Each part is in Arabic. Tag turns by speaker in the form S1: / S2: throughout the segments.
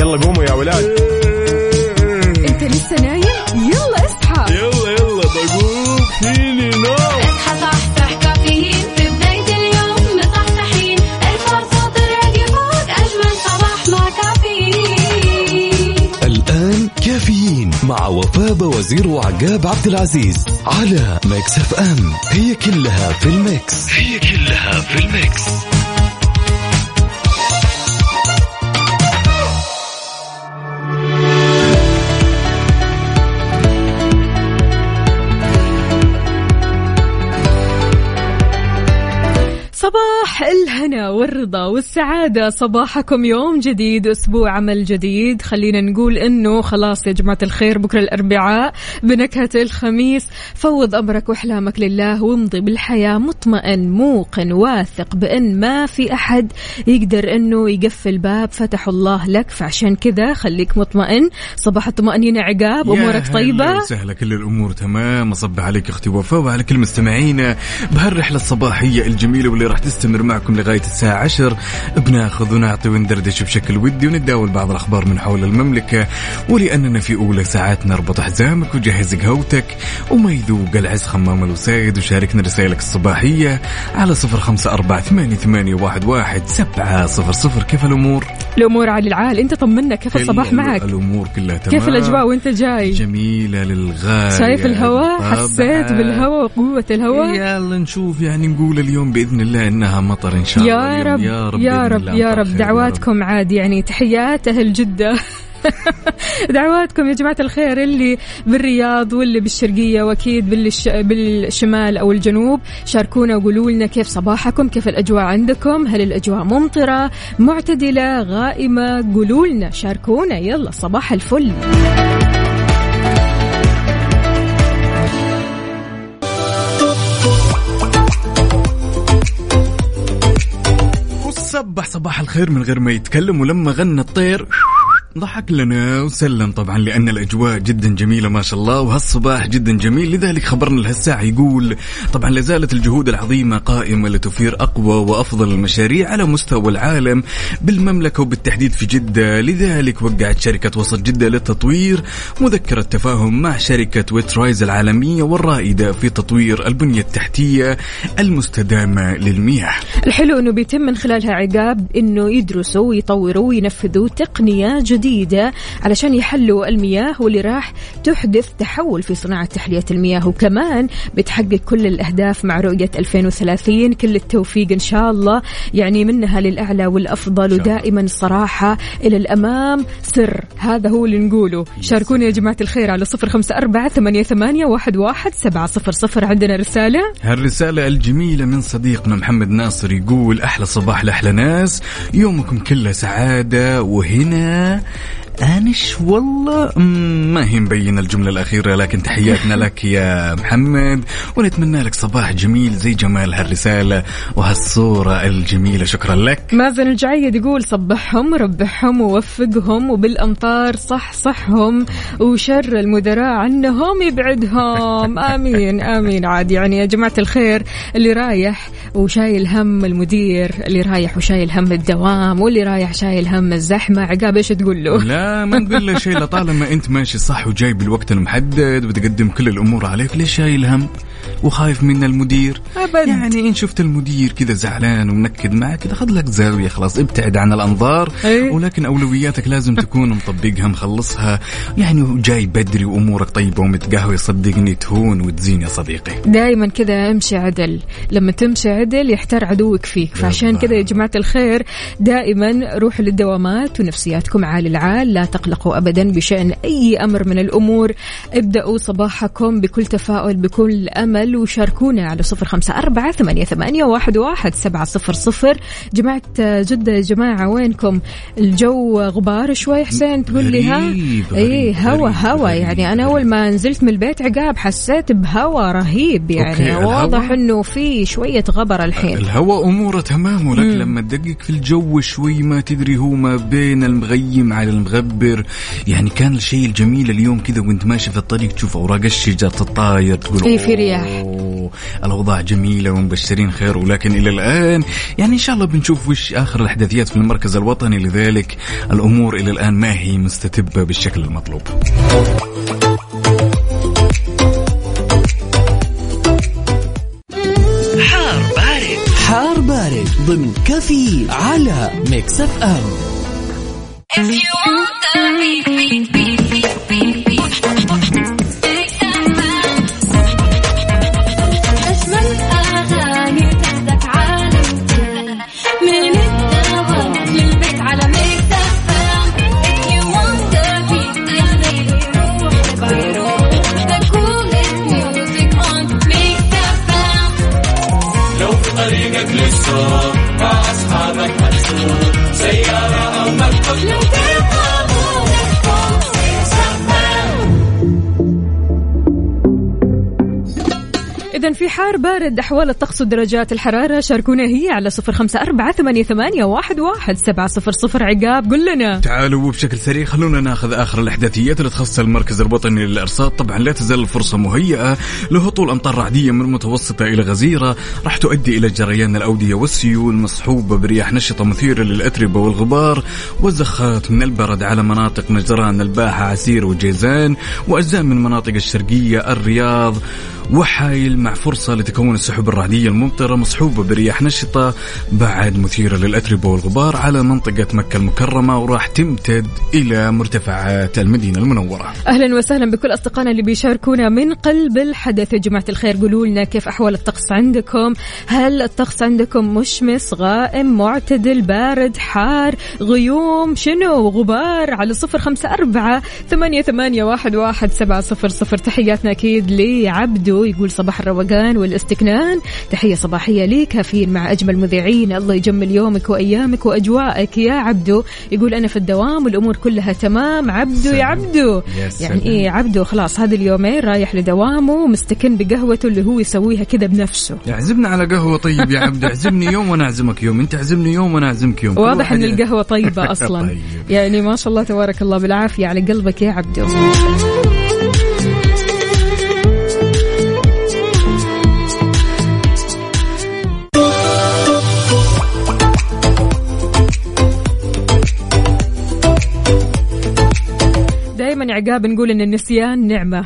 S1: يلا قوموا يا ولاد.
S2: انت لسه نايم؟ يلا اصحى.
S1: يلا بقوم فيني نوم.
S3: اصحى صحصح كافيين في بداية اليوم مصحصحين. ارفع صوت الراديو فوق أجمل صباح مع كافيين.
S4: الآن كافيين مع وفاء وزير وعقاب عبد العزيز على ميكس اف ام. هي كلها في الميكس.
S2: صباح الهنا والرضا والسعادة، صباحكم يوم جديد، أسبوع عمل جديد. خلينا نقول إنه خلاص يا جماعة الخير، بكرة الأربعاء بنكهة الخميس. فوض أمرك وأحلامك لله وامضي بالحياة مطمئن موقن واثق بأن ما في أحد يقدر إنه يقفل باب فتح الله لك، فعشان كذا خليك مطمئن. صباح الطمأنينة عقاب، أمورك طيبة؟
S5: سهلة كل الأمور تمام. أصبح عليك أختي وفاء وعلى كل مستمعينا بهالرحلة الصباحية الجميلة واللي راح تستمر معكم لغاية الساعة 10. بناخذ ونعطي وندردش بشكل ودي ونتداول بعض الأخبار من حول المملكة، ولأننا في أولى ساعاتنا اربط حزامك وجهز قهوتك وما يذوق العز خمام الوسيد، وشاركنا رسائلك الصباحية على 0548811700. كيف الأمور؟
S2: الأمور على العال، أنت طمنا كيف الصباح معك؟
S5: الأمور كلها تمام.
S2: كيف الأجواء وأنت جاي؟
S5: جميلة للغاية.
S2: شايف الهواء؟ حسيت بالهواء وقوة الهواء؟
S5: يلا نشوف، يعني نقول اليوم بإذن الله إنها مطر إن شاء الله.
S2: يا رب يا رب يا رب. دعواتكم عاد، يعني تحيات أهل جدة. دعواتكم يا جماعة الخير اللي بالرياض واللي بالشرقية وأكيد بالشمال أو الجنوب. شاركونا وقولوا لنا كيف صباحكم، كيف الأجواء عندكم، هل الأجواء ممطرة معتدلة غائمة؟ قولوا لنا، شاركونا، يلا صباح الفل.
S5: صباح الخير من غير ما يتكلم، ولما غنى الطير ضحك لنا وسلم طبعا، لأن الأجواء جدا جميلة ما شاء الله، وهالصباح جدا جميل. لذلك خبرنا لهالساعة يقول طبعا لازالت الجهود العظيمة قائمة لتوفير أقوى وأفضل المشاريع على مستوى العالم بالمملكة وبالتحديد في جدة. لذلك وقعت شركة وسط جدة للتطوير مذكرة تفاهم مع شركة ويترايز العالمية والرائدة في تطوير البنية التحتية المستدامة للمياه.
S2: الحلو أنه بيتم من خلالها عقاب أنه يدرسوا ويطوروا وينفذوا تقنيات جديدة علشان يحلوا المياه، واللي راح تحدث تحول في صناعة تحلية المياه، وكمان بتحقق كل الأهداف مع رؤية 2030. كل التوفيق إن شاء الله، يعني منها للأعلى والأفضل، ودائما الصراحة إلى الأمام سر. هذا هو اللي نقوله. شاركونا يا جماعة الخير على 0548811700. عندنا رسالة،
S5: هالرسالة الجميلة من صديقنا محمد ناصر يقول أحلى صباح لأحلى ناس، يومكم كله سعادة. وهنا أنش والله ما هي مبين الجملة الأخيرة، لكن تحياتنا لك يا محمد، ونتمنى لك صباح جميل زي جمال هالرسالة وهالصورة الجميلة. شكرا لك.
S2: مازن الجعيد يقول صبحهم ربحهم ووفقهم، وبالأمطار صحهم، وشر المدراء عنهم يبعدهم. آمين آمين. عاد يعني يا جماعة الخير، اللي رايح وشايل هم المدير، اللي رايح وشايل هم الدوام، واللي رايح شايل هم الزحمة، عقاب إيش تقول له؟
S5: لا ما نقول له شيء، لطالما أنت ماشي صح وجاي بالوقت المحدد وبتقدم كل الأمور عليك، ليش شايل هم وخايف من المدير؟
S2: أبد.
S5: يعني إن شفت المدير كذا زعلان ومنكد معك كذا، خذ لك زاوية خلاص، ابتعد عن الأنظار. ولكن أولوياتك لازم تكون مطبقها مخلصها، يعني جاي بدري وأمورك طيبة ومتقهوي، صدقني تهون وتزين يا صديقي.
S2: دائما كذا امشي عدل، لما تمشي عدل يحتار عدوك فيك. فعشان كذا يا جماعة الخير دائما روحوا للدوامات ونفسياتكم عالي العال، لا تقلقوا أبدا بشأن أي أمر من الأمور. ابدأوا صباحكم بكل تفاؤل بكل أمل، وشاركونا على 0548811700. جماعة جدة يا جماعة وينكم؟ الجو غبار شوي. حسين تقول لي ها ايه هوا يعني أنا أول ما نزلت من البيت عقاب حسيت بهوا رهيب، يعني واضح إنه في شوية غبر الحين.
S5: الهوا أموره تمام، ولكن لما تدقق في الجو شوي ما تدري هو ما بين المغيم على المغبر. يعني كان الشيء الجميل اليوم كذا وانت ماشي في الطريق تشوف أوراق الشجر تطاير، تقول
S2: ايه في رياح.
S5: والأوضاع جميلة ومبشرين خير، ولكن إلى الآن يعني إن شاء الله بنشوف وش آخر الأحداثيات في المركز الوطني، لذلك الأمور إلى الآن ما هي مستتبة بالشكل المطلوب.
S4: حار بارد ضمن كافيين على ميكس اف ام.
S1: طريقك للسوق مع أصحابك مكسور سيارة أو مكتب لو
S2: إذن في حار بارد، أحوال الطقس ودرجات الحرارة شاركونا هي على 0548811700. عقاب قل لنا.
S5: تعالوا بشكل سريع خلونا ناخذ آخر الأحداثيات اللي تخص المركز الوطني للأرصاد. طبعا لا تزال الفرصة مهيئة لهطول أمطار رعدية من متوسطة إلى غزيرة راح تؤدي إلى جريان الأودية والسيول مصحوبة برياح نشطة مثيرة للأتربة والغبار وزخات من البرد على مناطق نجران، الباحة، عسير وجيزان وأجزاء من مناطق الشرقية، الرياض وحايل، مع فرصة لتكون السحب الرعدية الممطرة مصحوبة برياح نشطة بعد مثيرة للأتربة والغبار على منطقة مكة المكرمة، وراح تمتد إلى مرتفعات المدينة المنورة.
S2: أهلا وسهلا بكل أصدقائنا اللي بيشاركونا من قلب الحدث. يا جماعة الخير قولوا لنا كيف أحوال الطقس عندكم، هل الطقس عندكم مشمس، غائم، معتدل، بارد، حار، غيوم، شنو، غبار؟ على 0548811700. تحياتنا أكيد لعبدو يقول صباح الروقان والاستكنان، تحية صباحية ليك كافيين مع أجمل مذيعين، الله يجمل يومك وأيامك وأجواءك يا عبدو. يقول أنا في الدوام والأمور كلها تمام. عبدو يا عبدو يعني إيه عبدو خلاص هذا اليومين رايح لدوامه مستكن بقهوته اللي هو يسويها كده بنفسه.
S5: اعزمنا على قهوة طيب يا عبدو، اعزمني يوم وأنا أعزمك يوم، أنت اعزمني يوم وأنا أعزمك يوم.
S2: واضح أن القهوة طيبة أصلا طيب. يعني ما شاء الله تبارك الله بالعافية على قلبك يا عبدو. دائما عقاب نقول ان النسيان نعمة.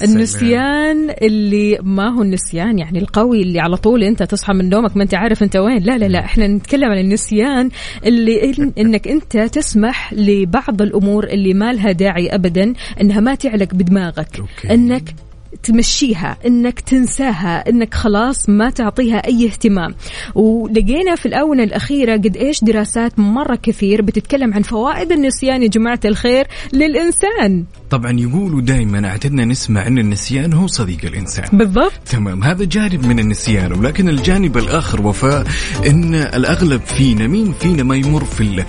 S2: النسيان اللي ما هو النسيان يعني القوي اللي على طول انت تصحى من نومك ما انت عارف انت وين، لا لا لا، احنا نتكلم عن النسيان اللي انك انت تسمح لبعض الامور اللي ما لها داعي ابدا انها ما تعلق بدماغك، انك تمشيها، انك تنساها، انك خلاص ما تعطيها اي اهتمام. ولقينا في الآونة الأخيرة قد ايش دراسات مرة كثير بتتكلم عن فوائد النسيان يا جماعة الخير للإنسان.
S5: طبعا يقولوا دائما اعتدنا نسمع ان النسيان هو صديق الإنسان.
S2: بالضبط
S5: تمام، هذا جانب من النسيان، ولكن الجانب الآخر وفاء ان الأغلب فينا مين فينا ما يمر في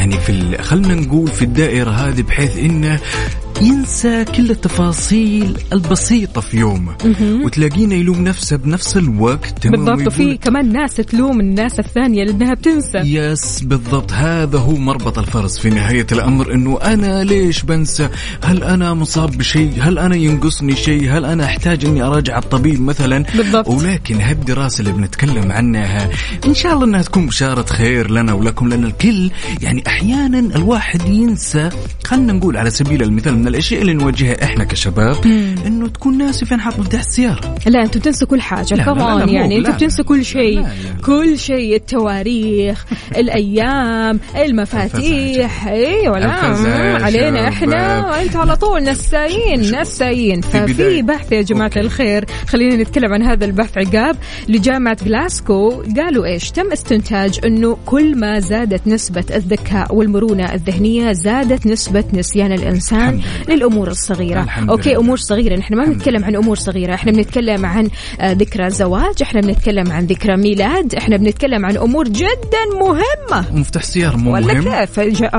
S5: خلنا نقول في الدائرة هذه بحيث انه ينسى كل التفاصيل البسيطة في يومه وتلاقينا يلوم نفسه بنفس الوقت.
S2: بالضبط، وفي كمان ناس تلوم الناس الثانية لأنها بتنسى.
S5: يس بالضبط، هذا هو مربط الفرس في نهاية الأمر، إنه أنا ليش بنسى؟ هل أنا مصاب بشيء؟ هل أنا ينقصني شيء؟ هل أنا أحتاج إني أراجع الطبيب مثلا؟
S2: بالضبط.
S5: ولكن هالدراسة اللي بنتكلم عنها إن شاء الله إنها تكون بشارة خير لنا ولكم، لأن الكل يعني أحيانا الواحد ينسى. خلنا نقول على سبيل المثال من الاشياء اللي نواجهها احنا كشباب انه تكون ناسي فين حاط مفتاح السياره.
S2: لا انتوا تنسوا كل حاجه كمان، يعني انتوا بتنسوا كل شيء. كل شيء، التواريخ، الايام، المفاتيح، ايوه لا علينا احنا وانتوا على طول نسايين. ففي بحث يا جماعه الخير، خلينا نتكلم عن هذا البحث عقاب لجامعه غلاسكو. قالوا ايش؟ تم استنتاج انه كل ما زادت نسبه الذكاء والمرونه الذهنيه زادت نسبه نسيان الانسان للأمور الصغيرة. أوكي أمور صغيرة، نحن ما بنتكلم عن أمور صغيرة، إحنا بنتكلم عن ذكرى زواج، إحنا بنتكلم عن ذكرى ميلاد، إحنا بنتكلم عن أمور جدا مهمة.
S5: مفتاح سيارة مو
S2: ولا كيف؟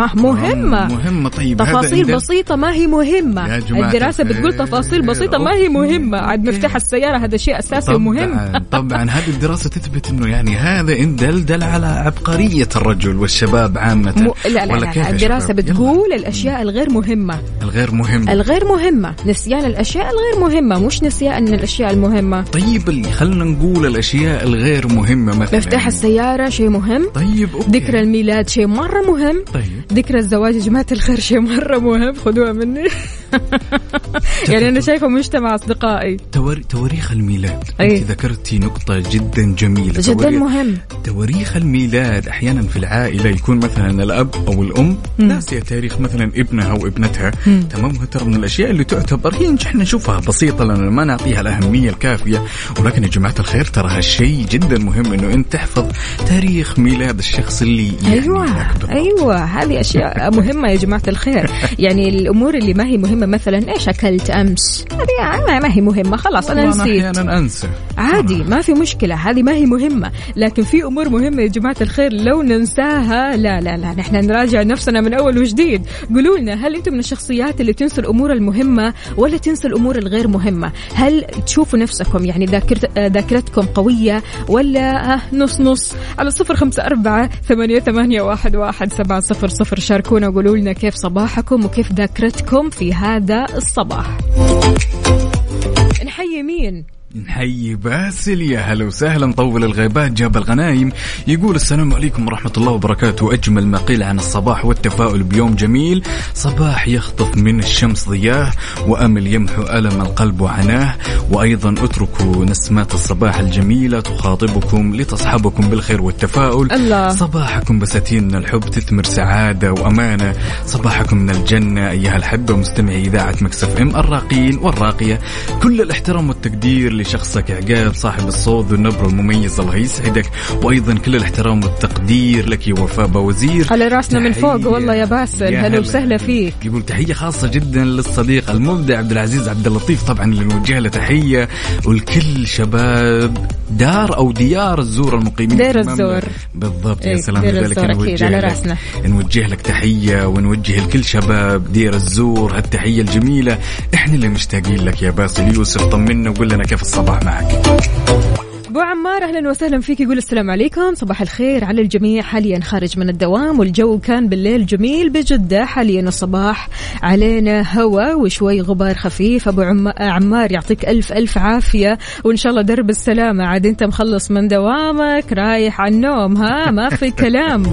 S2: مهمة.
S5: طيب
S2: تفاصيل بسيطة ما هي مهمة. الدراسة بتقول تفاصيل بسيطة ما هي مهمة. عاد مفتاح السيارة هذا شيء أساسي ومهم.
S5: طبعا هذه الدراسة تثبت إنه يعني هذا إن دل على عبقرية الرجل والشباب عامة.
S2: لا الدراسة بتقول الأشياء الغير مهمة.
S5: الغير مهمة.
S2: الغير مهمة، نسيان الأشياء الغير مهمة، مش نسيان الأشياء المهمة.
S5: طيب اللي خلنا نقول الأشياء الغير مهمة، مثلا
S2: مفتاح السيارة شيء مهم.
S5: طيب أوكي.
S2: ذكرى الميلاد شيء مرة مهم.
S5: طيب
S2: ذكرى الزواج يا جماعة الخير شيء مرة مهم، خذوها مني. يعني أنا شايفة مجتمع أصدقائي.
S5: تواريخ الميلاد.
S2: أيه؟
S5: أنت ذكرتي نقطة جدا جميلة،
S2: جدا مهم.
S5: تواريخ الميلاد أحيانا في العائلة يكون مثلا الأب أو الأم ناسية تاريخ مثلا ابنها أو ابنتها. تمام، ترى من الأشياء اللي تعتبر هي نحن نشوفها بسيطة لأن ما نعطيها الأهمية الكافية، ولكن يا جماعة الخير ترى هالشيء جدا مهم إنه أنت تحفظ تاريخ ميلاد الشخص اللي
S2: أيوة هذه أشياء مهمة يا جماعة الخير. يعني الأمور اللي ما هي مهمة، مثلا إيش أكلت أمس، هذه ما هي مهمة، خلاص أنا نسيت.
S5: أحيانا أنسى
S2: عادي، ما في مشكلة، هذه ما هي مهمة. لكن في أمور مهمة يا جماعة الخير لو ننساها لا لا لا، نحن نراجع نفسنا من أول وجديد. قولوا لنا، هل أنتم من الشخصيات اللي تنسوا الأمور المهمة ولا تنسوا الأمور الغير مهمة؟ هل تشوفوا نفسكم يعني ذاكرتكم قوية ولا نص نص؟ على 0548811700 شاركونا وقولوا لنا كيف صباحكم وكيف ذاكرتكم في هذا الصباح. نحيي مين؟
S5: نحيي باسل، يا هلا وسهلا. طول الغيبات جاب الغنايم، يقول السلام عليكم ورحمة الله وبركاته. أجمل ما قيل عن الصباح والتفاؤل بيوم جميل، صباح يخطف من الشمس ضياه، وأمل يمحو ألم القلب وعناه، وأيضا اتركوا نسمات الصباح الجميلة تخاطبكم لتصحبكم بالخير والتفاؤل.
S2: الله.
S5: صباحكم بساتين من الحب تثمر سعادة وأمانة، صباحكم من الجنة أيها الحبة مستمعي إذاعة مكسف ام الراقين والراقية. كل الاحترام والتقدير لشخصك عقاب صاحب الصوت والنبرة المميز، الله يسعدك. وأيضا كل الاحترام والتقدير لك يا وفاء بوزير،
S2: على راسنا من فوق والله يا باسل، هلا وسهلا فيك.
S5: يقول تحية خاصة جدا للصديق المبدع عبد العزيز عبد اللطيف، طبعا اللي نوجه له تحية، والكل شباب دار أو ديار الزور المقيمين
S2: دير الزور
S5: بالضبط. يا سلام،
S2: لذلك
S5: نوجه لك تحية ونوجه لكل شباب دير الزور هالتحية الجميلة. احنا اللي مشتاقين لك يا باسل. يوسف طمنا وقول لنا كيف الصباح معك.
S2: أبو عمار أهلا وسهلا فيك، يقول السلام عليكم، صباح الخير على الجميع. حاليا خارج من الدوام والجو كان بالليل جميل بجدة، حاليا الصباح علينا هواء وشوي غبار خفيف. أبو عمار يعطيك ألف عافية، وإن شاء الله درب السلامة. عاد أنت مخلص من دوامك رايح على النوم، ها ما في كلام.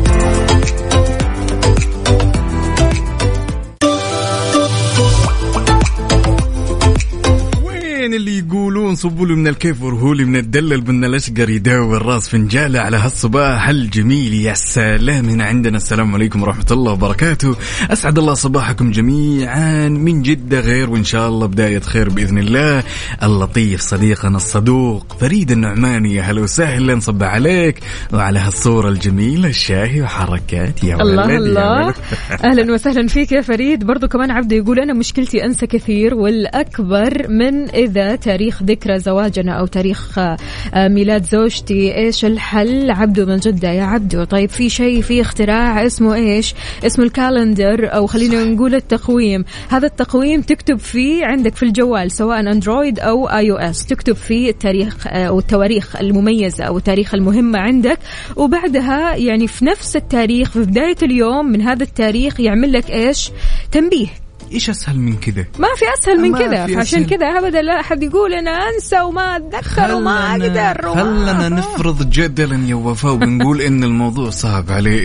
S5: اللي يقولون صبوا له من الكيف ورهولي من الدلل بدنا الاشقر يداوي الراس فنجاله على هالصباح الجميل. يا سلام، هنا عندنا السلام عليكم ورحمة الله وبركاته. أسعد الله صباحكم جميعا من جدة غير، وإن شاء الله بداية خير بإذن الله. اللطيف صديقنا الصدوق فريد النعماني، يا هلا وسهلا، نصب عليك وعلى هالصورة الجميلة الشاهي وحركات يا
S2: الله
S5: ولد
S2: الله. أهلا وسهلا فيك يا فريد. برضو كمان عبده يقول أنا مشكلتي أنسى كثير، والأكبر من إذا تاريخ ذكرى زواجنا أو تاريخ ميلاد زوجتي. إيش الحل؟ عبدو من جدة. يا عبدو طيب في شيء، في اختراع اسمه إيش؟ اسمه الكالندر، أو خلينا نقول التقويم. هذا التقويم تكتب فيه عندك في الجوال سواء أندرويد أو iOS، تكتب فيه التاريخ أو التواريخ المميزة أو التاريخ المهمة عندك، وبعدها يعني في نفس التاريخ في بداية اليوم من هذا التاريخ يعمل لك إيش؟ تنبيه.
S5: إيش أسهل من كده؟
S2: ما في أسهل من كده، فعشان كده أبدا لا أحد يقول أنا أنسى وما أتذكر وما أقدر.
S5: خلنا نفرض جدلا يا وفاء ونقول إن الموضوع صعب عليه.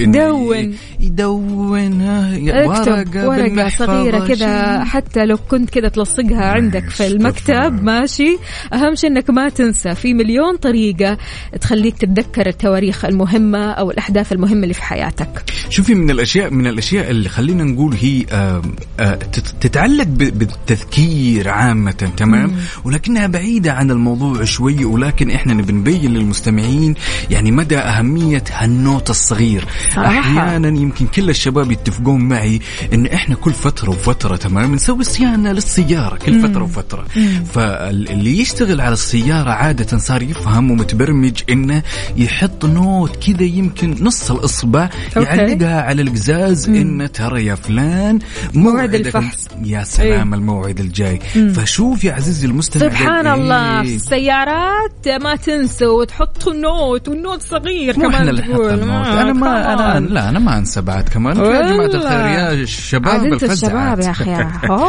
S5: يدون
S2: اكتب ورقة صغيرة كده، حتى لو كنت كده تلصقها عندك في المكتب ماشي. أهم شيء إنك ما تنسى. في مليون طريقة تخليك تتذكر التواريخ المهمة أو الأحداث المهمة اللي في حياتك.
S5: شوفي، من الأشياء اللي خلينا نقول هي تتعلق بالتذكير عامة، تمام، ولكنها بعيدة عن الموضوع شوي، ولكن إحنا نبين للمستمعين يعني مدى أهمية هالنوت الصغير. أحيانا يمكن كل الشباب يتفقون معي إن إحنا كل فترة وفترة تمام نسوي صيانة للسيارة كل فترة وفترة. فاللي يشتغل على السيارة عادة صار يفهم ومتبرمج إنه يحط نوت كذا يمكن نص الإصبع يعلقها على القزاز، إن ترى يا فلان موعدك يا سلام الموعد الجاي. فشوف يا عزيزي المستمع
S2: سبحان الله في السيارات ما تنسوا وتحطوا نوت والنوت صغير كمان تقول
S5: أنا ما أنسى بعد كمان يا جماعة الخير يا الشباب
S2: الشباب يا أخي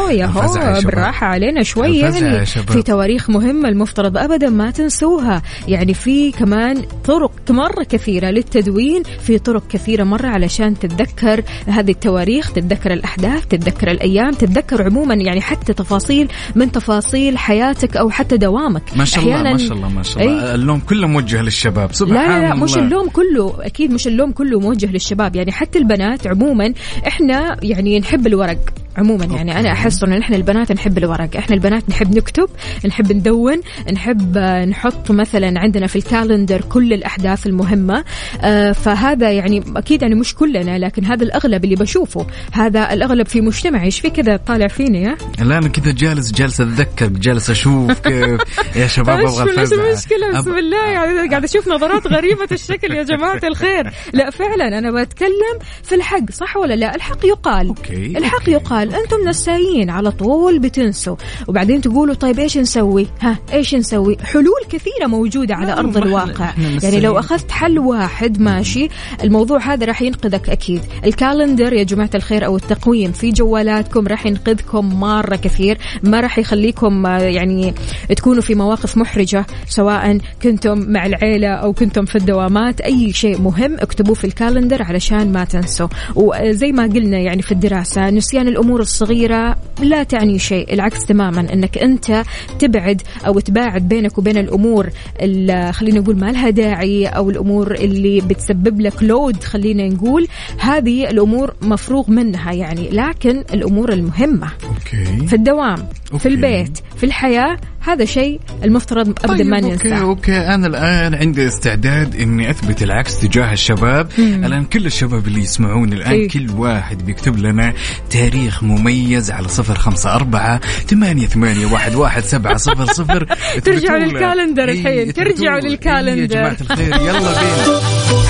S2: هو بالراحة علينا شوية يعني في تواريخ مهمة المفترض أبدا ما تنسوها. يعني في كمان طرق مرة كثيرة للتدوين، في طرق كثيرة مرة علشان تتذكر هذه التواريخ، تتذكر الأحداث، تتذكر الأيام، تتذكر عموما يعني حتى تفاصيل من تفاصيل حياتك أو حتى دوامك.
S5: ما شاء الله ما شاء الله ما شاء الله. اللوم كله موجه للشباب. سبحان
S2: لا مش اللوم كله، أكيد مش اللوم كله موجه للشباب. يعني حتى البنات عموما إحنا يعني نحب الورق عموما. يعني أنا أحس إن إحنا البنات نحب الورق، إحنا البنات نحب نكتب، نحب ندون، نحب نحط مثلا عندنا في الكالندر كل الأحداث المهمة. فهذا يعني أكيد يعني مش كلنا، لكن هذا الأغلب اللي بشوفه، هذا الأغلب في مجتمعي. إيش في كذا طالع فيني يا؟
S5: لا أنا كذا جالس أتذكر، جالس أشوف كيف يا شباب أبغى الفزعة.
S2: مش مشكلة بسم الله، يعني قاعد أشوف نظرات غريبة الشكل يا جماعة الخير. لا فعلا أنا بتكلم في الحق، صح ولا لا؟ الحق يقال. الحق يقال. أنتم نسايين على طول بتنسوا، وبعدين تقولوا طيب إيش نسوي؟ إيش نسوي؟ حلول كثيرة موجودة على أرض الواقع. يعني لو أخذت حل واحد ماشي الموضوع هذا راح ينقذك أكيد. الكالندر يا جماعة الخير أو التقويم في جوالاتكم راح ينقذكم مرة كثير، ما راح يخليكم يعني تكونوا في مواقف محرجة، سواء كنتم مع العيلة أو كنتم في الدوامات. أي شيء مهم اكتبوه في الكالندر علشان ما تنسوا. وزي ما قلنا يعني في الدراسة، نسيان الأمور الصغيرة لا تعني شيء، العكس تماما، أنك أنت تبعد أو تباعد بينك وبين الأمور اللي خلينا نقول ما لها داعي، أو الأمور اللي بتسبب لك لود خلينا نقول، هذه الأمور مفروغ منها يعني. لكن الأمور المهمة في الدوام، في البيت، في الحياة، هذا شيء المفترض أبدا ما ننساه.
S5: أوكي أنا الآن عندي استعداد إني أثبت العكس تجاه الشباب. الآن كل الشباب اللي يسمعون الآن كل واحد بيكتب لنا تاريخ مميز على 0548811700.
S2: ترجعوا للكالندر الحين، ترجعوا للكالندر
S5: يا جماعة الخير، يلا بينا.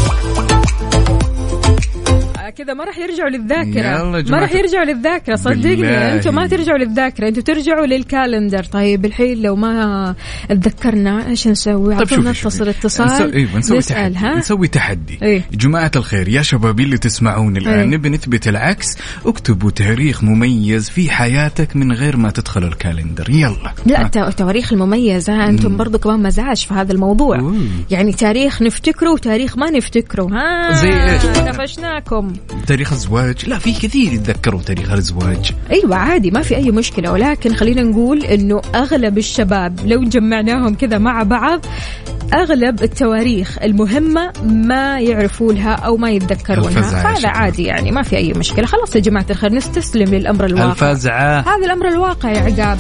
S2: كذا ما راح يرجعوا للذاكرة، ما راح يرجعوا للذاكرة صدقني. أنتوا ما ترجعوا للذاكرة، أنتوا ترجعوا للكالندر. طيب الحين لو ما تذكرنا إيش نسوي؟ عطونا نتصل اتصال
S5: نسوي تحدي. جماعة الخير يا شبابي اللي تسمعون الآن، نبي نثبت العكس. اكتبوا تاريخ مميز في حياتك من غير ما تدخلوا الكالندر. يلا.
S2: لا التواريخ المميزة أنتم برضو كمان مزاج في هذا الموضوع. يعني تاريخ نفتكره وتاريخ ما نفتكره.
S5: زي إيش؟
S2: نفشناكم.
S5: تاريخ الزواج، لا في كثير يتذكروا تاريخ الزواج.
S2: أيوة عادي ما في أي مشكلة، ولكن خلينا نقول إنه أغلب الشباب لو جمعناهم كذا مع بعض، أغلب التواريخ المهمة ما يعرفوا لها أو ما يتذكرونها. هذا عادي يعني ما في أي مشكلة. خلاص يا جماعة الخير نستسلم للأمر الواقع.
S5: الفزعة
S2: هذا الأمر الواقع يا عقاب.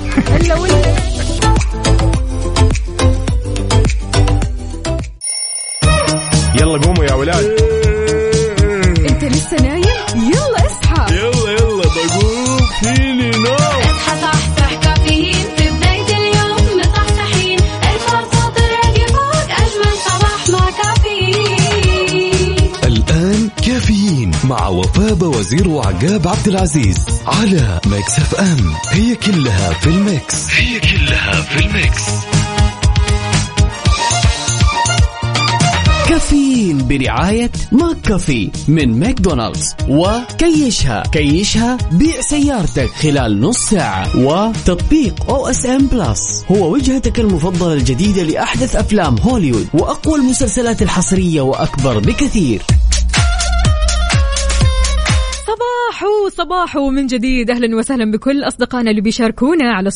S6: يلا قوموا يا ولاد.
S2: لسه نايم؟ يلا اصحى.
S6: يلا بقوم فيني نوم.
S3: اصحى صحصح كافيين في بداية اليوم مصحصحين. الفرصة الراديو فوق أجمل صباح مع كافيين.
S4: الآن كافيين مع وفاء وزير وعقاب عبد العزيز على ميكس اف ام. هي كلها في الميكس.
S7: كافيين برعاية ماك كافي من ماكدونالدز، وكيشها بيع سيارتك خلال نص ساعة، وتطبيق OSM بلس هو وجهتك المفضلة الجديدة لأحدث أفلام هوليوود وأقوى المسلسلات الحصرية وأكبر بكثير.
S2: صباحو من جديد. أهلا وسهلا بكل أصدقائنا اللي بيشاركونا على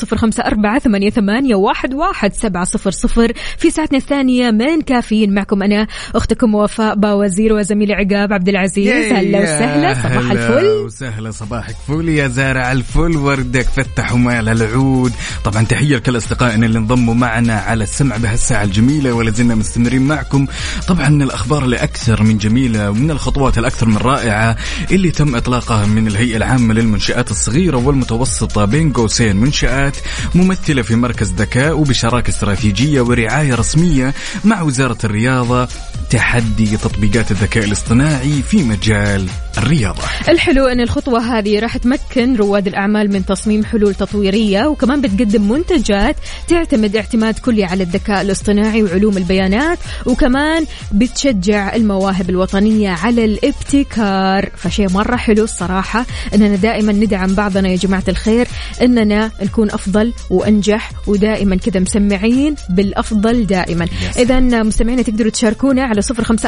S2: 0548811700 في ساعتنا الثانية من كافيين. معكم أنا أختكم وفاء باوزير وزميلي عقاب عبد العزيز. هلا وسهلا، صباح الفل.
S5: وسهلا صباحك فل يا زارع الفل، وردك فتح ومال العود. طبعا تحية لكل أصدقائنا اللي انضموا معنا على السمع بهالساعة الجميلة، ولا زلنا مستمرين معكم. طبعا الأخبار الأكثر من جميلة ومن الخطوات الأكثر من رائعة اللي تم إطلاقها من الهيئة العامة للمنشآت الصغيرة والمتوسطة بين قوسين منشآت ممثلة في مركز ذكاء وبشراكة استراتيجية ورعاية رسمية مع وزارة الرياضة، تحدي تطبيقات الذكاء الاصطناعي في مجال الرياضة.
S2: الحلو أن الخطوة هذه راح تمكن رواد الأعمال من تصميم حلول تطويرية، وكمان بتقدم منتجات تعتمد اعتماد كلي على الذكاء الاصطناعي وعلوم البيانات، وكمان بتشجع المواهب الوطنية على الابتكار. فشيء مرة حلو الصراحة أننا دائما ندعم بعضنا يا جماعة الخير، أننا نكون أفضل وأنجح، ودائما كذا مسمعين بالأفضل دائما. إذا مستمعين تقدروا تشاركونا على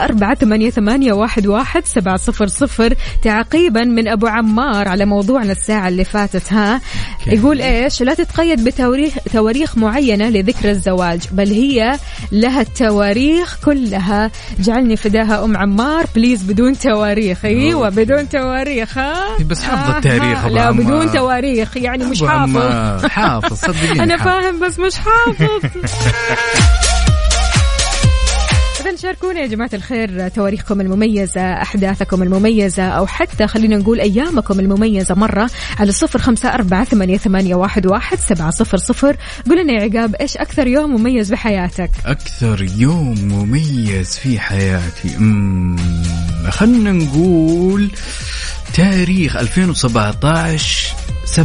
S2: 0548811700 تعقيبا من أبو عمار على موضوعنا الساعة اللي فاتت. يقول إيش؟ لا تتقيد بتواريخ معينة لذكرى الزواج، بل هي لها التواريخ كلها. جعلني فداها أم عمار بليز بدون تواريخ. أيوة بدون تواريخ.
S5: بس حافظ التاريخ.
S2: لا بدون تواريخ يعني مش حافظ.
S5: حافظ صدقيني.
S2: أنا فاهم بس مش حافظ. إذن شاركونا يا جماعة الخير تواريخكم المميزة، أحداثكم المميزة، أو حتى خلينا نقول أيامكم المميزة مرة على 0548811700. قول لنا يا عقاب إيش أكثر يوم مميز بحياتك؟
S5: أكثر يوم مميز في حياتي خلنا نقول تاريخ 2017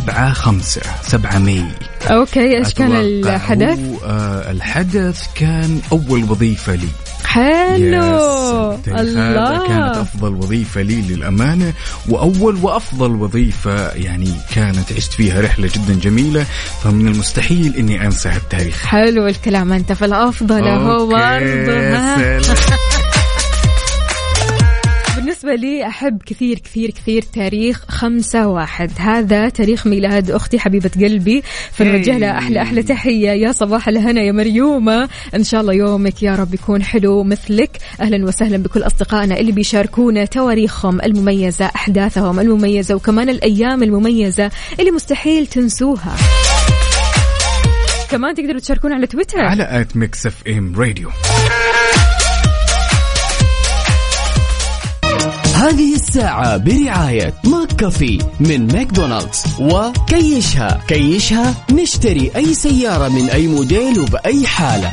S5: 7 ماي.
S2: أوكي إيش كان الحدث؟
S5: الحدث كان أول وظيفة لي.
S2: حلو
S5: الله، كانت أفضل وظيفة لي للأمانة، وأول وأفضل وظيفة يعني كانت عشت فيها رحلة جدا جميلة، فمن المستحيل إني أنسى التاريخ.
S2: حلو الكلام، أنت في الأفضل هو برضه. بالنسبة لي أحب كثير كثير كثير تاريخ 5/1. هذا تاريخ ميلاد أختي حبيبة قلبي، فنوجه لها أحلى تحية. يا صباح الهنا يا مريومة، إن شاء الله يومك يا رب يكون حلو مثلك. أهلا وسهلا بكل أصدقائنا اللي بيشاركونا تواريخهم المميزة، أحداثهم المميزة، وكمان الأيام المميزة اللي مستحيل تنسوها. كمان تقدروا تشاركونا على تويتر
S5: على @mixfmradio.
S7: هذه الساعة برعاية ماك كافي من ماكدونالدز وكيشها. كيشها نشتري أي سيارة من أي موديل وبأي حالة.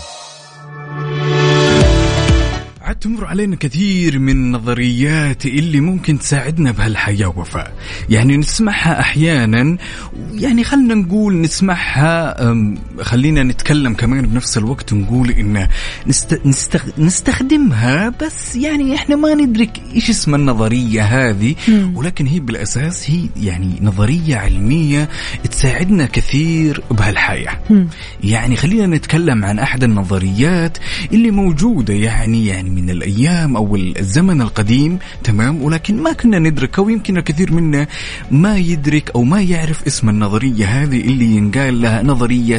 S5: عاد تمر علينا كثير من النظريات اللي ممكن تساعدنا بهالحياة وفاء، يعني نسمعها أحيانا، يعني خلنا نقول نسمعها، خلينا نتكلم كمان بنفس الوقت نقول إن نستخدمها، بس يعني إحنا ما ندرك إيش اسم النظرية هذه، ولكن هي بالأساس هي يعني نظرية علمية تساعدنا كثير بهالحياة. يعني خلينا نتكلم عن أحد النظريات اللي موجودة يعني من الأيام أو الزمن القديم، تمام، ولكن ما كنا ندركه، ويمكن الكثير منا ما يدرك أو ما يعرف اسم النظرية هذه اللي ينقال لها نظرية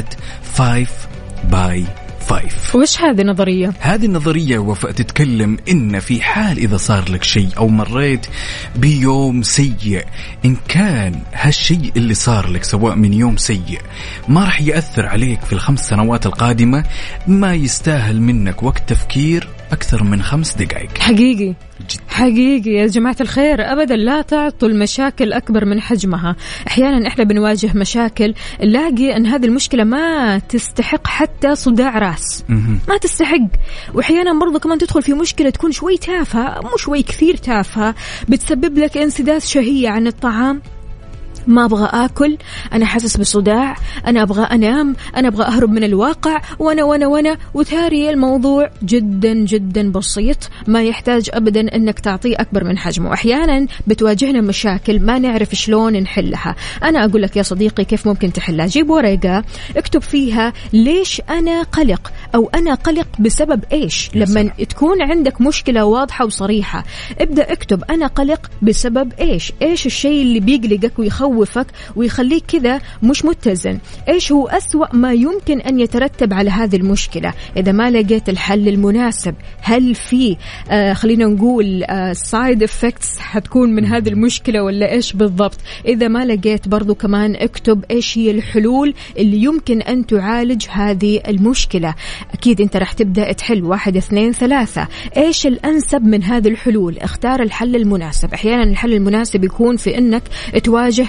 S5: 5x5.
S2: وش هذه النظرية؟
S5: هذه النظرية وفاء تتكلم إن في حال إذا صار لك شيء أو مريت بيوم سيء، إن كان هالشيء اللي صار لك سواء من يوم سيء ما رح يأثر عليك في ال5 سنوات القادمة، ما يستاهل منك وقت تفكير أكثر من 5 دقائق.
S2: حقيقي حقيقي يا جماعة الخير، أبدا لا تعطوا المشاكل أكبر من حجمها. أحيانا إحنا بنواجه مشاكل نلاقي أن هذه المشكلة ما تستحق حتى صداع رأس، ما تستحق. وأحيانا برضو كمان تدخل في مشكلة تكون شوي تافهة، مو شوي كثير تافهة، بتسبب لك انسداد شهية عن الطعام. ما أبغى أكل، أنا حاسس بصداع، أنا أبغى أنام، أنا أبغى أهرب من الواقع، وأنا وتاري الموضوع جدا جدا بسيط، ما يحتاج أبدا أنك تعطيه أكبر من حجمه. أحيانا بتواجهنا مشاكل ما نعرف شلون نحلها. أنا أقول لك يا صديقي كيف ممكن تحلها. جيب ورقة اكتب فيها ليش أنا قلق، أو أنا قلق بسبب إيش. لما تكون عندك مشكلة واضحة وصريحة ابدأ اكتب أنا قلق بسبب إيش. إيش الشيء اللي بيقلقك ويخوفك ويخليك كذا مش متزن؟ إيش هو أسوأ ما يمكن أن يترتب على هذه المشكلة؟ إذا ما لقيت الحل المناسب، هل في خلينا نقول side effects حتكون من هذه المشكلة ولا إيش بالضبط؟ إذا ما لقيت برضو كمان اكتب إيش هي الحلول اللي يمكن أن تعالج هذه المشكلة. أكيد أنت رح تبدأ تحل 1 2 3، إيش الأنسب من هذه الحلول؟ اختار الحل المناسب. أحيانا الحل المناسب يكون في أنك تواجه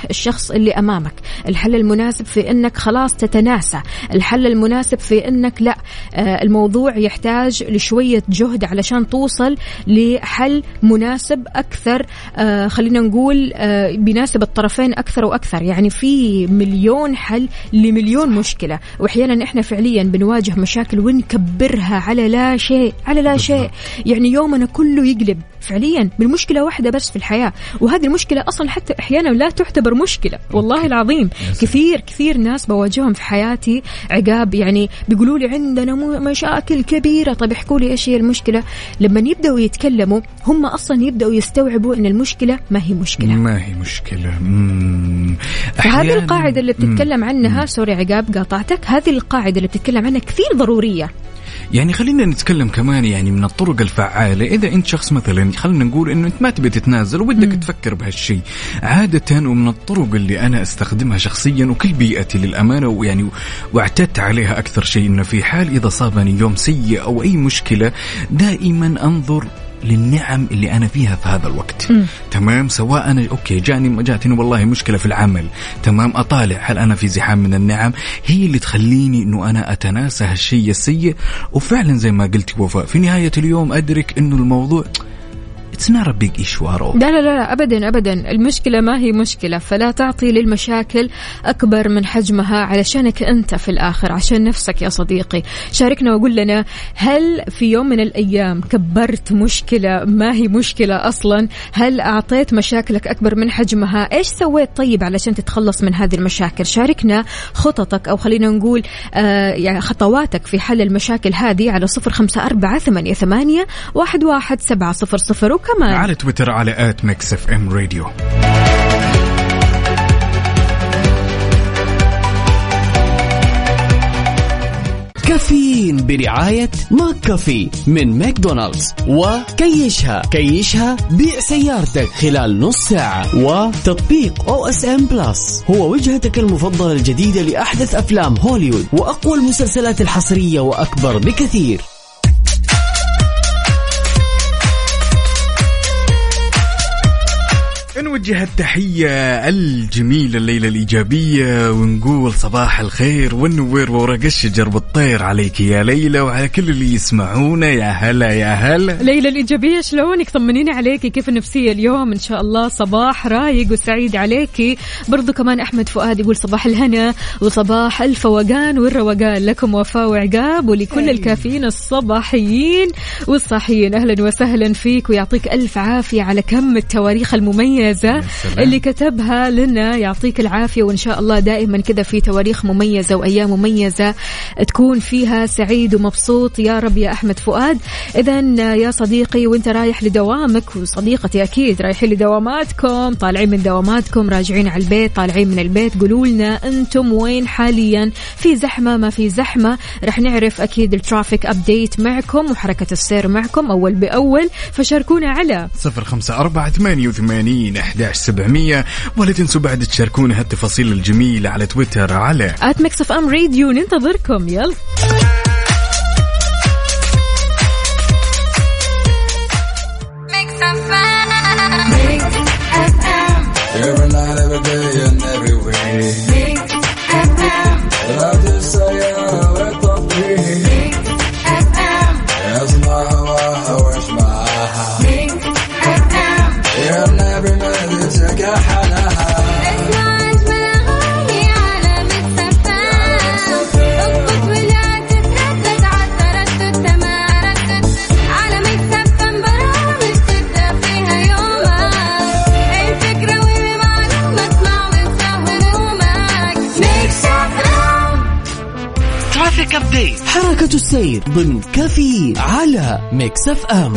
S2: الشخص اللي أمامك، الحل المناسب في أنك خلاص تتناسى، الحل المناسب في أنك لا الموضوع يحتاج لشوية جهد علشان توصل لحل مناسب أكثر، خلينا نقول بيناسب الطرفين أكثر وأكثر. يعني في مليون حل لمليون مشكلة، وأحيانا إحنا فعليا بنواجه مشاكل ونكبرها على لا شيء، على لا شيء. يعني يومنا كله يقلب فعليا بالمشكلة واحدة بس في الحياة، وهذه المشكلة أصلا حتى أحيانا لا تعتبر مشكلة. والله العظيم كثير ناس بواجههم في حياتي عقاب، يعني بيقولوا لي عندنا مشاكل كبيرة. طيب احكوا لي إيش هي المشكلة. لما يبدأوا يتكلموا هم أصلا يبدأوا يستوعبوا إن المشكلة ما هي مشكلة. هذه القاعدة اللي بتتكلم عنها سوري عقاب قاطعتك، هذه القاعدة اللي بتتكلم عنها كثير ضرورية.
S5: يعني خلينا نتكلم كمان يعني من الطرق الفعالة. إذا أنت شخص مثلا خلينا نقول إنه أنت ما تبي تتنازل وبدك تفكر بهالشيء عادة، ومن الطرق اللي أنا استخدمها شخصيا وكل بيئتي للأمانة ويعني واعتدت عليها أكثر شيء، إنه في حال إذا صابني يوم سيء أو أي مشكلة دائما أنظر للنعم اللي أنا فيها في هذا الوقت. تمام، سواء أنا أوكي جاتني والله مشكلة في العمل، تمام، أطالع هل أنا في زحام من النعم هي اللي تخليني إنه أنا أتناسى هالشيء السيء. وفعلا زي ما قلت وفاء في نهاية اليوم أدرك إنه الموضوع It's not a big issue at all.
S2: لا أبدا المشكلة ما هي مشكلة، فلا تعطي للمشاكل أكبر من حجمها علشانك أنت في الآخر، عشان نفسك يا صديقي. شاركنا وقول لنا هل في يوم من الأيام كبرت مشكلة ما هي مشكلة أصلا؟ هل أعطيت مشاكلك أكبر من حجمها؟ إيش سويت طيب علشان تتخلص من هذه المشاكل؟ شاركنا خططك أو خلينا نقول يعني خطواتك في حل المشاكل هذه على 0548811700 وكمان
S5: على تويتر على @mixfmradio.
S7: كافيين برعاية ماك كافي من ماكدونالدز، وكيشها بيع سيارتك خلال نص ساعة، وتطبيق OSM بلس هو وجهتك المفضلة الجديدة لأحدث أفلام هوليوود وأقوى المسلسلات الحصرية وأكبر بكثير.
S5: نوجه التحية الجميلة الليلة الإيجابية ونقول صباح الخير والنوير وورق الشجر والطير عليك يا ليلى وعلى كل اللي يسمعونا. يا هلا
S2: ليلى الإيجابية، شلونك؟ طمنيني عليكي، كيف النفسية اليوم؟ إن شاء الله صباح رايق وسعيد عليكي. برضو كمان أحمد فؤاد يقول صباح الهنا وصباح الفوقان والروقان لكم وفاء وعقاب ولكل الكافيين الصباحيين والصاحيين. أهلا وسهلا فيك ويعطيك ألف عافية على كم التواريخ المميزة اللي كتبها لنا، يعطيك العافية. وإن شاء الله دائما كذا في تواريخ مميزة وأيام مميزة تكون فيها سعيد ومبسوط يا رب يا أحمد فؤاد. إذن يا صديقي وانت رايح لدوامك، وصديقتي أكيد رايحين لدواماتكم، طالعين من دواماتكم، راجعين على البيت، طالعين من البيت، قولوا لنا أنتم وين حاليا، في زحمة ما في زحمة؟ رح نعرف أكيد الترافيك أبديت معكم وحركة السير معكم أول بأول، فشاركونا على
S5: 0548811700. ولا تنسوا بعد تشاركونا هالتفاصيل الجميلة على تويتر على
S2: @mixfmradio. ننتظركم. يلا
S7: حركة السير ضمن كافيين على ميكس اف ام.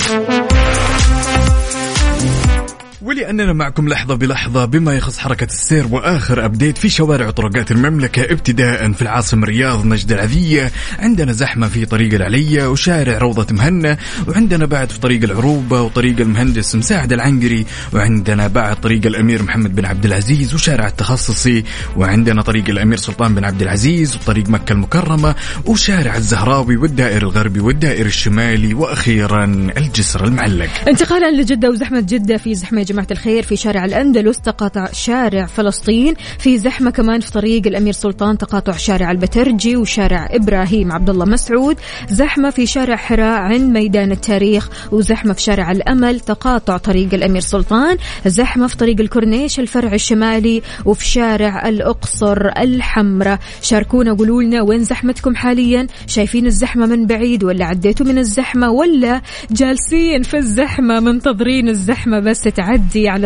S5: ولأننا معكم لحظة بلحظة بما يخص حركة السير وآخر أبديت في شوارع وطرقات المملكة، ابتداء في العاصمة الرياض نجد العذية عندنا زحمة في طريق العلية وشارع روضة مهنا، وعندنا بعد في طريق العروبة وطريق المهندس مساعد العنقري، وعندنا بعد طريق الأمير محمد بن عبد العزيز وشارع التخصصي، وعندنا طريق الأمير سلطان بن عبد العزيز وطريق مكة المكرمة وشارع الزهراوي والدائر الغربي والدائر الشمالي، وأخيرا الجسر المعلق.
S2: انتقالا لجدة وزحمة جدة، في زحمة جماعة الخير في شارع الأندلس تقاطع شارع فلسطين، في زحمة كمان في طريق الأمير سلطان تقاطع شارع البترجي وشارع إبراهيم عبد الله مسعود، زحمة في شارع حراء عند ميدان التاريخ، وزحمة في شارع الأمل تقاطع طريق الأمير سلطان، زحمة في طريق الكورنيش الفرع الشمالي، وفي شارع الأقصر الحمراء. شاركونا قولوا لنا وين زحمتكم حاليا، شايفين الزحمة من بعيد ولا عديتوا من الزحمة ولا جالسين في الزحمة منتظرين الزحمة بس تعدي؟ على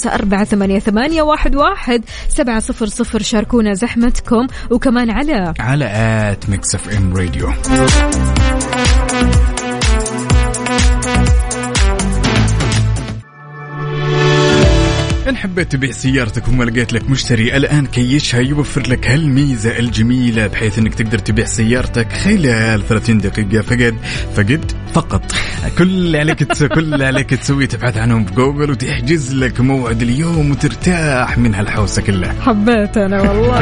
S2: 0548811700. شاركونا زحمتكم وكمان على
S5: ميكس اف ام راديو. إن حبيت تبيع سيارتك وما لقيت لك مشتري الآن كيشها يوفر لك هالميزة الجميلة بحيث أنك تقدر تبيع سيارتك خلال 30 دقيقة فقط. كل اللي عليك تسويه تبحث عنهم في جوجل وتحجز لك موعد اليوم وترتاح من هالحوسة كلها.
S2: حبيت أنا والله.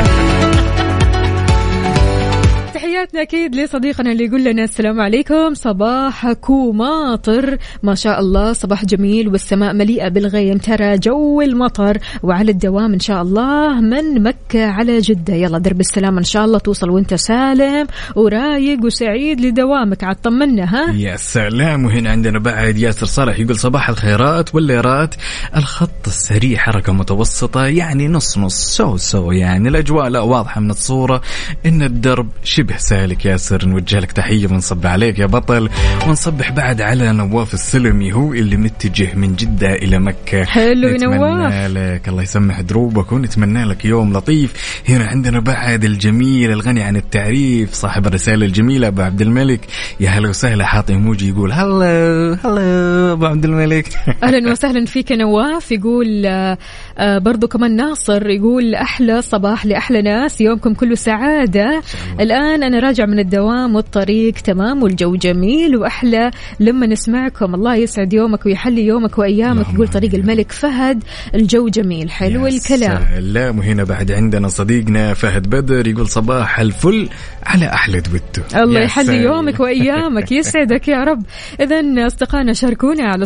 S2: تحياتنا أكيد لصديقنا اللي يقول لنا السلام عليكم، صباحكم ماطر ما شاء الله، صباح جميل والسماء مليئة بالغيم، ترى جو المطر وعلى الدوام إن شاء الله من مكة على جدة. يلا درب السلام إن شاء الله توصل وانت سالم ورايق وسعيد لدوامك. عاد طمنا ها.
S5: يا سلام. وهنا عندنا بعد ياسر صالح يقول صباح الخيرات والليرات، الخط السريع حركة متوسطة يعني نص سو يعني الأجواء لا واضحة من الصورة إن الدرب شبه سالك. ياسر نوجه لك تحية ونصب عليك يا بطل، ونصبح بعد على نواف السلمي هو اللي متجه من جدة إلى مكة.
S2: حلو نواف،
S5: لك الله يسمح دروبك ونتمنى لك يوم لطيف. هنا عندنا بعد الجميل الغني عن التعريف صاحب الرسالة الجميلة أبو عبد الملك، يا هلا وسهلا، حاطي ايموجي يقول هلا أبو عبد الملك.
S2: أهلا وسهلا فيك نواف. يقول برضو كمان ناصر يقول أحلى صباح لأحلى ناس، يومكم كله سعادة. الآن أنا راجع من الدوام والطريق تمام والجو جميل وأحلى لما نسمعكم. الله يسعد يومك ويحلي يومك وأيامك. يقول طريق الملك فهد الجو جميل. حلو الكلام.
S5: لا وهنا بعد عندنا صديقنا فهد بدر يقول صباح الفل على أحلى دويتو.
S2: الله يحلي يومك وأيامك يسعدك يا رب. إذن أصدقائنا شاركونا على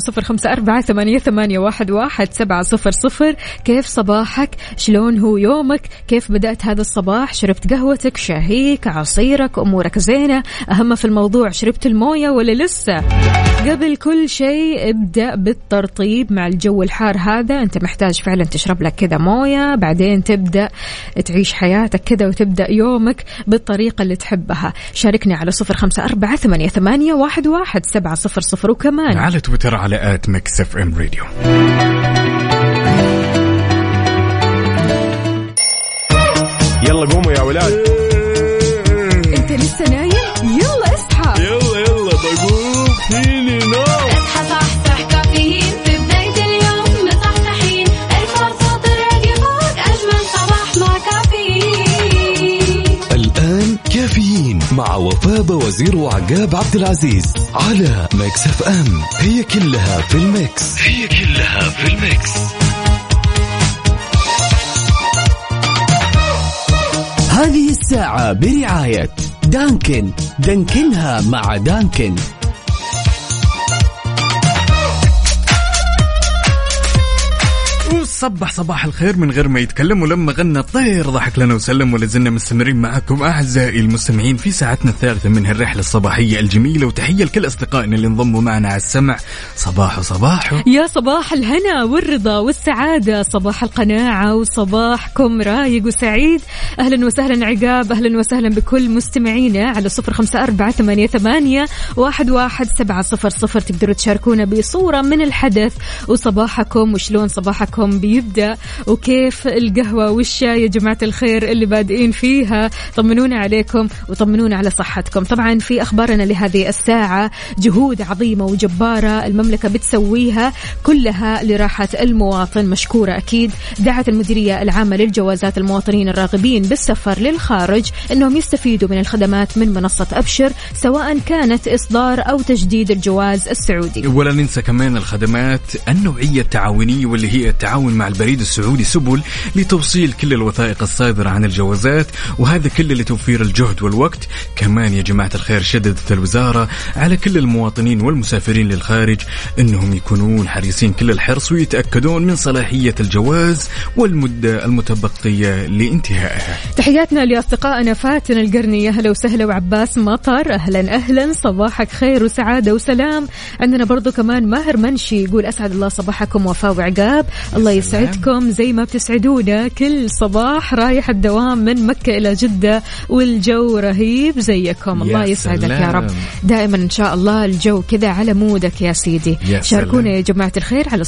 S2: 0548811700. كيف صباحك؟ شلون هو يومك؟ كيف بدأت هذا الصباح؟ شربت قهوتك، شاهيك، عصيرك، أمورك زينة؟ أهم في الموضوع شربت الموية ولا لسه؟ قبل كل شيء ابدأ بالترطيب مع الجو الحار هذا. أنت محتاج فعلا تشرب لك كذا موية، بعدين تبدأ تعيش حياتك كذا وتبدأ يومك بالطريقة اللي تحبها. شاركني على 0548811700 وكمان
S5: على تويتر على @mixfmradio.
S6: يلا قوموا يا ولاد.
S2: انت لسه نايم؟ يلا اصحى.
S6: يلا بقوم فيني نوم.
S3: اصحى صحصح كافيين في بداية اليوم مصحصحين، الفرصة الراديو فوق أجمل صباح مع كافيين.
S4: الآن كافيين مع وفاء وزير وعقاب عبد العزيز على ميكس اف ام. هي كلها في الميكس.
S7: هذه الساعة برعاية دانكنها مع دانكن.
S5: صباح الخير من غير ما يتكلم، ولما غنى الطير ضحك لنا وسلم. ولازلنا مستمرين معكم أعزائي المستمعين في ساعتنا الثالثة من هالرحلة الصباحية الجميلة. وتحية لكل أصدقائنا اللي انضموا معنا على السمع. صباح يا
S2: صباح الهنا والرضا والسعادة، صباح القناعة وصباحكم رايق وسعيد. أهلا وسهلا عقاب، أهلا وسهلا بكل مستمعينا على 0548811700. تقدروا تشاركونا بصورة من الحدث وصباحكم وشلون صباحكم بيبدأ وكيف القهوة والشاي يا جماعة الخير اللي بادئين فيها. طمنونا عليكم وطمنونا على صحتكم. طبعا في أخبارنا لهذه الساعة جهود عظيمة وجبارة المملكة بتسويها كلها لراحة المواطن، مشكورة أكيد. دعت المديرية العامة للجوازات المواطنين الراغبين بالسفر للخارج أنهم يستفيدوا من الخدمات من منصة أبشر، سواء كانت إصدار أو تجديد الجواز السعودي.
S5: ولا ننسى كمان الخدمات النوعية التعاونية واللي هي التعاون مع البريد السعودي سبل لتوصيل كل الوثائق الصادرة عن الجوازات، وهذا كله لتوفير الجهد والوقت. كمان يا جماعة الخير شددت الوزارة على كل المواطنين والمسافرين للخارج أنهم يكونون حريصين كل الحرص ويتأكدون من صلاحية الجواز والمدة المتبقية لانتهائها.
S2: تحياتنا لأصدقائنا فاتن القرنية، أهلا وسهلا، وعباس مطر، أهلا صباحك خير وسعادة وسلام. عندنا برضو كمان ماهر منشي يقول أسعد الله صباحكم وفاء وعقاب، الله يسعدكم زي ما بتسعدونا كل صباح. رايح الدوام من مكة إلى جدة والجو رهيب زيكم، الله يسعدك يا رب. دائما إن شاء الله الجو كذا على مودك يا سيدي. شاركونا يا جماعة الخير على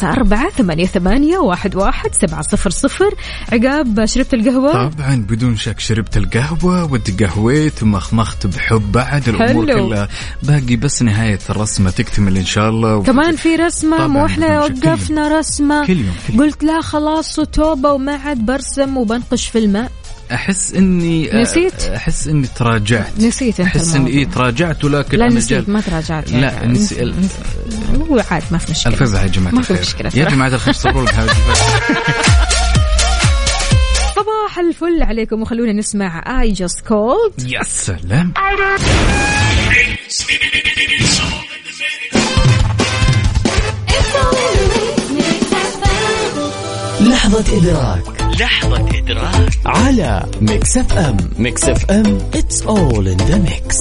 S2: 0548811700. عقاب شربت القهوة؟
S5: طبعا بدون شك شربت القهوة وتقهويت ومخمخت بحب بعد الأمور كلها. باقي بس نهاية الرسمة تكتمل إن شاء الله.
S2: كمان في رسمة، مو إحنا وقفنا رسمة كل يوم. قلت لا خلاص توبة وما عاد برسم وبنقش في الماء.
S5: أحس إني
S2: نسيت،
S5: أحس إني تراجعت.
S2: نسيت أنت
S5: أحس إني تراجعت، ولكن
S2: لا نسيت ما تراجعت.
S5: لا نسيت.
S2: هو عاد ما في مشكلة.
S5: الفزع يا جماعة الخير، يا جماعة الخير صبروا لك هذا.
S2: صباح الفل عليكم، وخلونا نسمع I just called.
S5: يا سلام.
S7: لحظة إدراك على ميكس اف ام. ميكس اف ام it's all in the mix.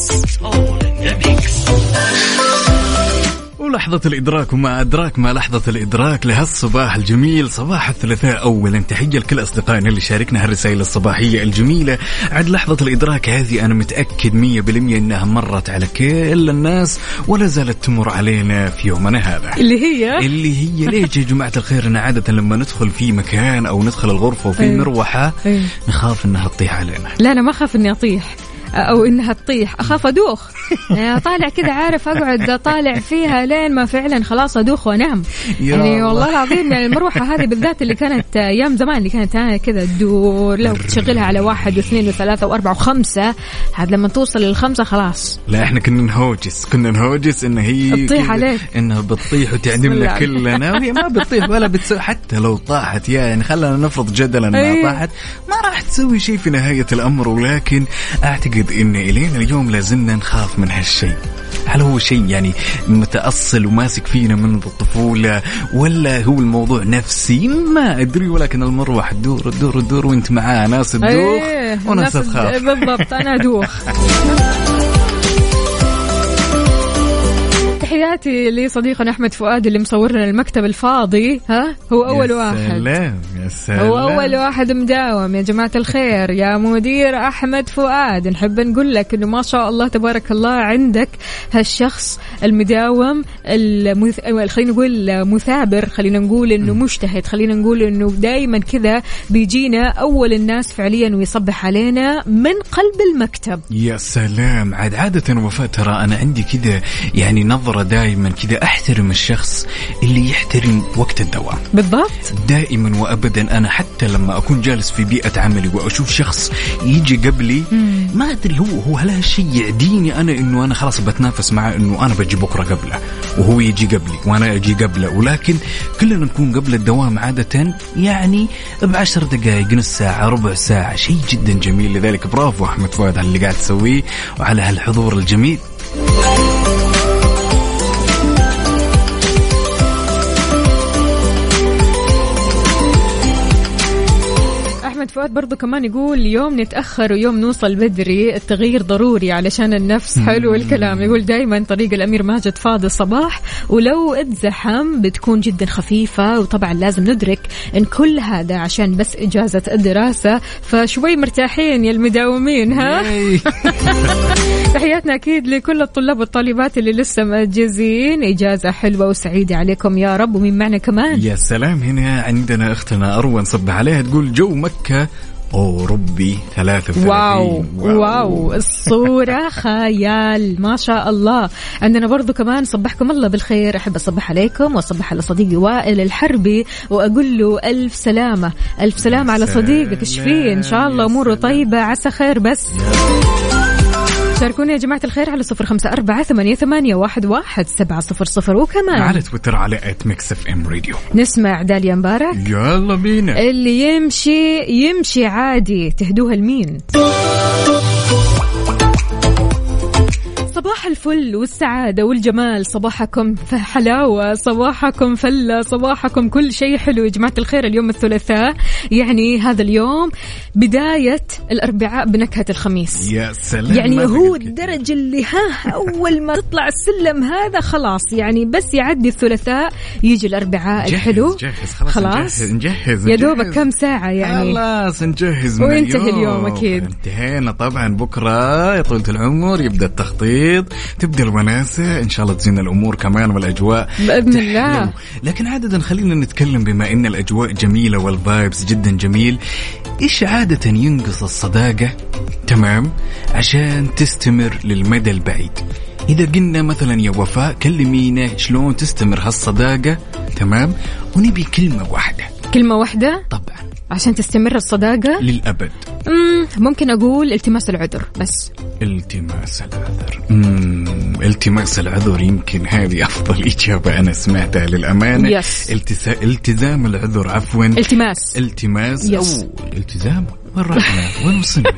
S5: ولحظة الإدراك وما أدراك ما لحظة الإدراك لهالصباح الجميل، صباح الثلاثاء. أولا تحية لكل أصدقائنا اللي شاركنا هالرسائل الصباحية الجميلة. عد لحظة الإدراك هذه أنا متأكد 100% أنها مرت على كل الناس ولا زالت تمر علينا في يومنا هذا.
S2: اللي هي
S5: ليش يا جماعة الخير؟ أنا عادة لما ندخل في مكان أو ندخل الغرفة وفي مروحة نخاف أنها تطيح علينا.
S2: لا أنا ما أخاف أني أطيح أو إنها تطيح، أخاف أدوخ. طالع كذا عارف أقعد طالع فيها لين ما فعلا خلاص أدوخ وأنام. يعني والله العظيم يعني المروحة هذه بالذات اللي كانت أيام زمان اللي كانت كذا تدور، لو تشغلها على 1 و2 و3 و4 و5، هذا لما توصل لل5 خلاص.
S5: لا إحنا كنا نهوجس إن هي
S2: تطيح عليك،
S5: إنها بتطيح وتعدمنا كلنا، وهي ما بتطيح ولا بتسوي. حتى لو طاحت يعني خلنا نفرض جدلا إنها طاحت، ما راح تسوي شيء في نهاية الأمر. ولكن أعتقد إن إلينا اليوم لازلنا نخاف من هالشيء. هل هو شيء يعني متأصل وماسك فينا من الطفولة، ولا هو الموضوع نفسي؟ ما أدري. ولكن المروح تدور وانت معاه ناس تدوخ وناس تخاف.
S2: بالضبط أنا أدوخ. تحياتي لصديقنا أحمد فؤاد اللي مصورنا المكتب الفاضي. هو أول واحد.
S5: يا سلام.
S2: هو أول واحد مداوم يا جماعة الخير. يا مدير أحمد فؤاد، نحب نقول لك إنه ما شاء الله تبارك الله عندك هالشخص المداوم، خلينا نقول مثابر، خلينا نقول إنه مجتهد، خلينا نقول إنه دايما كذا بيجينا أول الناس فعليا ويصبح علينا من قلب المكتب.
S5: يا سلام. عادة وفاء ترى أنا عندي كذا يعني نظرة دائما كذا أحترم الشخص اللي يحترم وقت الدوام.
S2: بالضبط.
S5: دائما وأبدا أنا حتى لما أكون جالس في بيئة عملي وأشوف شخص يجي قبلي، ما أدري هو هل هالشيء يعديني أنا إنه أنا خلاص بتنافس معه إنه أنا بجي بكرة قبله وهو يجي قبلي وأنا أجي قبله، ولكن كلنا نكون قبل الدوام عادة يعني ب10 دقائق، نص ساعة، ربع ساعة، شيء جدا جميل. لذلك برافو أحمد فؤاد على اللي قاعد تسويه وعلى هالحضور الجميل.
S2: أحمد فؤاد برضو كمان يقول يوم نتأخر ويوم نوصل بدري، التغيير ضروري علشان النفس. حلو الكلام. يقول دايما طريق الأمير ماجد فاضي الصباح، ولو اتزحم بتكون جدا خفيفة. وطبعا لازم ندرك إن كل هذا عشان بس إجازة الدراسة، فشوي مرتاحين يا المداومين. تحياتنا أكيد لكل الطلاب والطالبات اللي لسه مأجزين، إجازة حلوة وسعيدة عليكم يا رب. ومين معنا كمان؟
S5: يا سلام. هنا عندنا أختنا أروى نصبح عليها، تقول جو مكة ربي 33.
S2: واو الصورة خيال ما شاء الله. عندنا برضو كمان صبحكم الله بالخير. أحب أصبح عليكم وأصبح على صديقي وائل الحربي وأقول له ألف سلامة على صديقك. إيش فيه؟ إن شاء الله أموره طيبة، عسى خير. بس شاركونا يا جماعة الخير على 0548811700 وكمان
S5: على تويتر على @mixfmradio.
S2: نسمع داليا مبارك.
S5: يلا بينا.
S2: اللي يمشي عادي تهدوها لمين؟ صباح الفل والسعادة والجمال، صباحكم حلاوة، صباحكم فلة، صباحكم كل شيء حلو يا جماعة الخير. اليوم الثلاثاء، يعني هذا اليوم بداية الأربعاء بنكهة الخميس.
S5: يا سلام.
S2: يعني هو الدرجة اللي أول ما تطلع السلم هذا خلاص، يعني بس يعدي الثلاثاء يجي الأربعاء الحلو.
S5: خلاص نجهز
S2: يا دوبك كم ساعة يعني
S5: خلاص نجهز
S2: وينتهي اليوم. أكيد
S5: انتهينا طبعا. بكرة يا طولة العمر يبدأ التخطيط، تبدأ الوناسة إن شاء الله، تزين الأمور كمان والأجواء
S2: بإذن الله.
S5: لكن عادة خلينا نتكلم بما إن الأجواء جميلة والفايبس جدا جميل، إيش عادة ينقص الصداقة تمام عشان تستمر للمدى البعيد؟ إذا قلنا مثلا يا وفاء كلمينا شلون تستمر هالصداقة تمام، ونبي كلمة واحدة طبعا
S2: عشان تستمر الصداقة
S5: للأبد.
S2: ممكن أقول التماس العذر بس.
S5: التماس العذر يمكن هذه أفضل إجابة أنا سمعتها للأمانة. التزام العذر عفوا. التماس أو التزام. وين وصلنا؟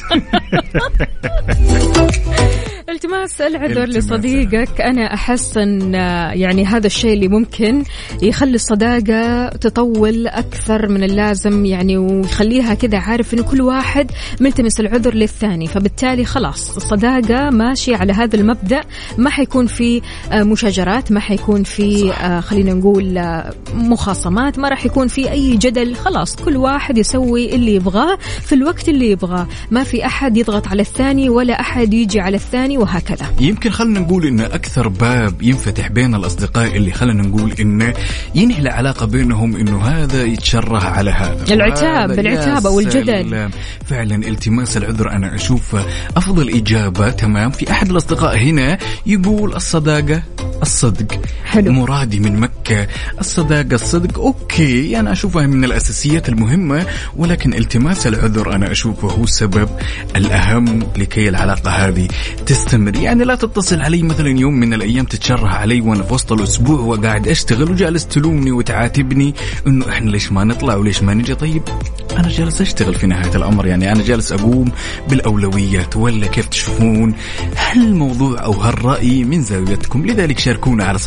S2: التماس العذر لصديقك. أنا أحس أن يعني هذا الشيء اللي ممكن يخلي الصداقة تطول أكثر من اللازم، يعني ويخليها كذا عارف إنه كل واحد ملتمس العذر للثاني، فبالتالي خلاص الصداقة ماشية على هذا المبدأ. ما حيكون في مشاجرات، ما حيكون في خلينا نقول مخاصمات، ما راح يكون في أي جدل. خلاص كل واحد يسوي اللي يبغاه في الوقت اللي يبغاه، ما في أحد يضغط على الثاني ولا أحد يجي على الثاني وهكذا.
S5: يمكن خلنا نقول إن أكثر باب ينفتح بين الأصدقاء اللي خلنا نقول إنه ينهي العلاقة بينهم إنه هذا يتشره على هذا،
S2: العتاب أو الجدل.
S5: فعلا التماس العذر أنا أشوف أفضل إجابة. تمام. في أحد الأصدقاء هنا يقول الصداقة الصدق.
S2: حلو.
S5: مرادي من مكة. الصداقة الصدق أوكي، أنا أشوفها من الأساسيات المهمة، ولكن التماس العذر أنا أشوفه هو السبب الأهم لكي العلاقة هذه تستمر. يعني لا تتصل علي مثلا يوم من الأيام تتشره علي وأنا في وسط الأسبوع وقاعد أشتغل وجالس تلومني وتعاتبني إنه إحنا ليش ما نطلع وليش ما نجي. طيب أنا جالس أشتغل في نهاية الأمر، يعني أنا جالس أقوم بالأولويات، ولا كيف تشوفون هالموضوع أو هالرأي من زاويتكم؟ لذلك شاركونا على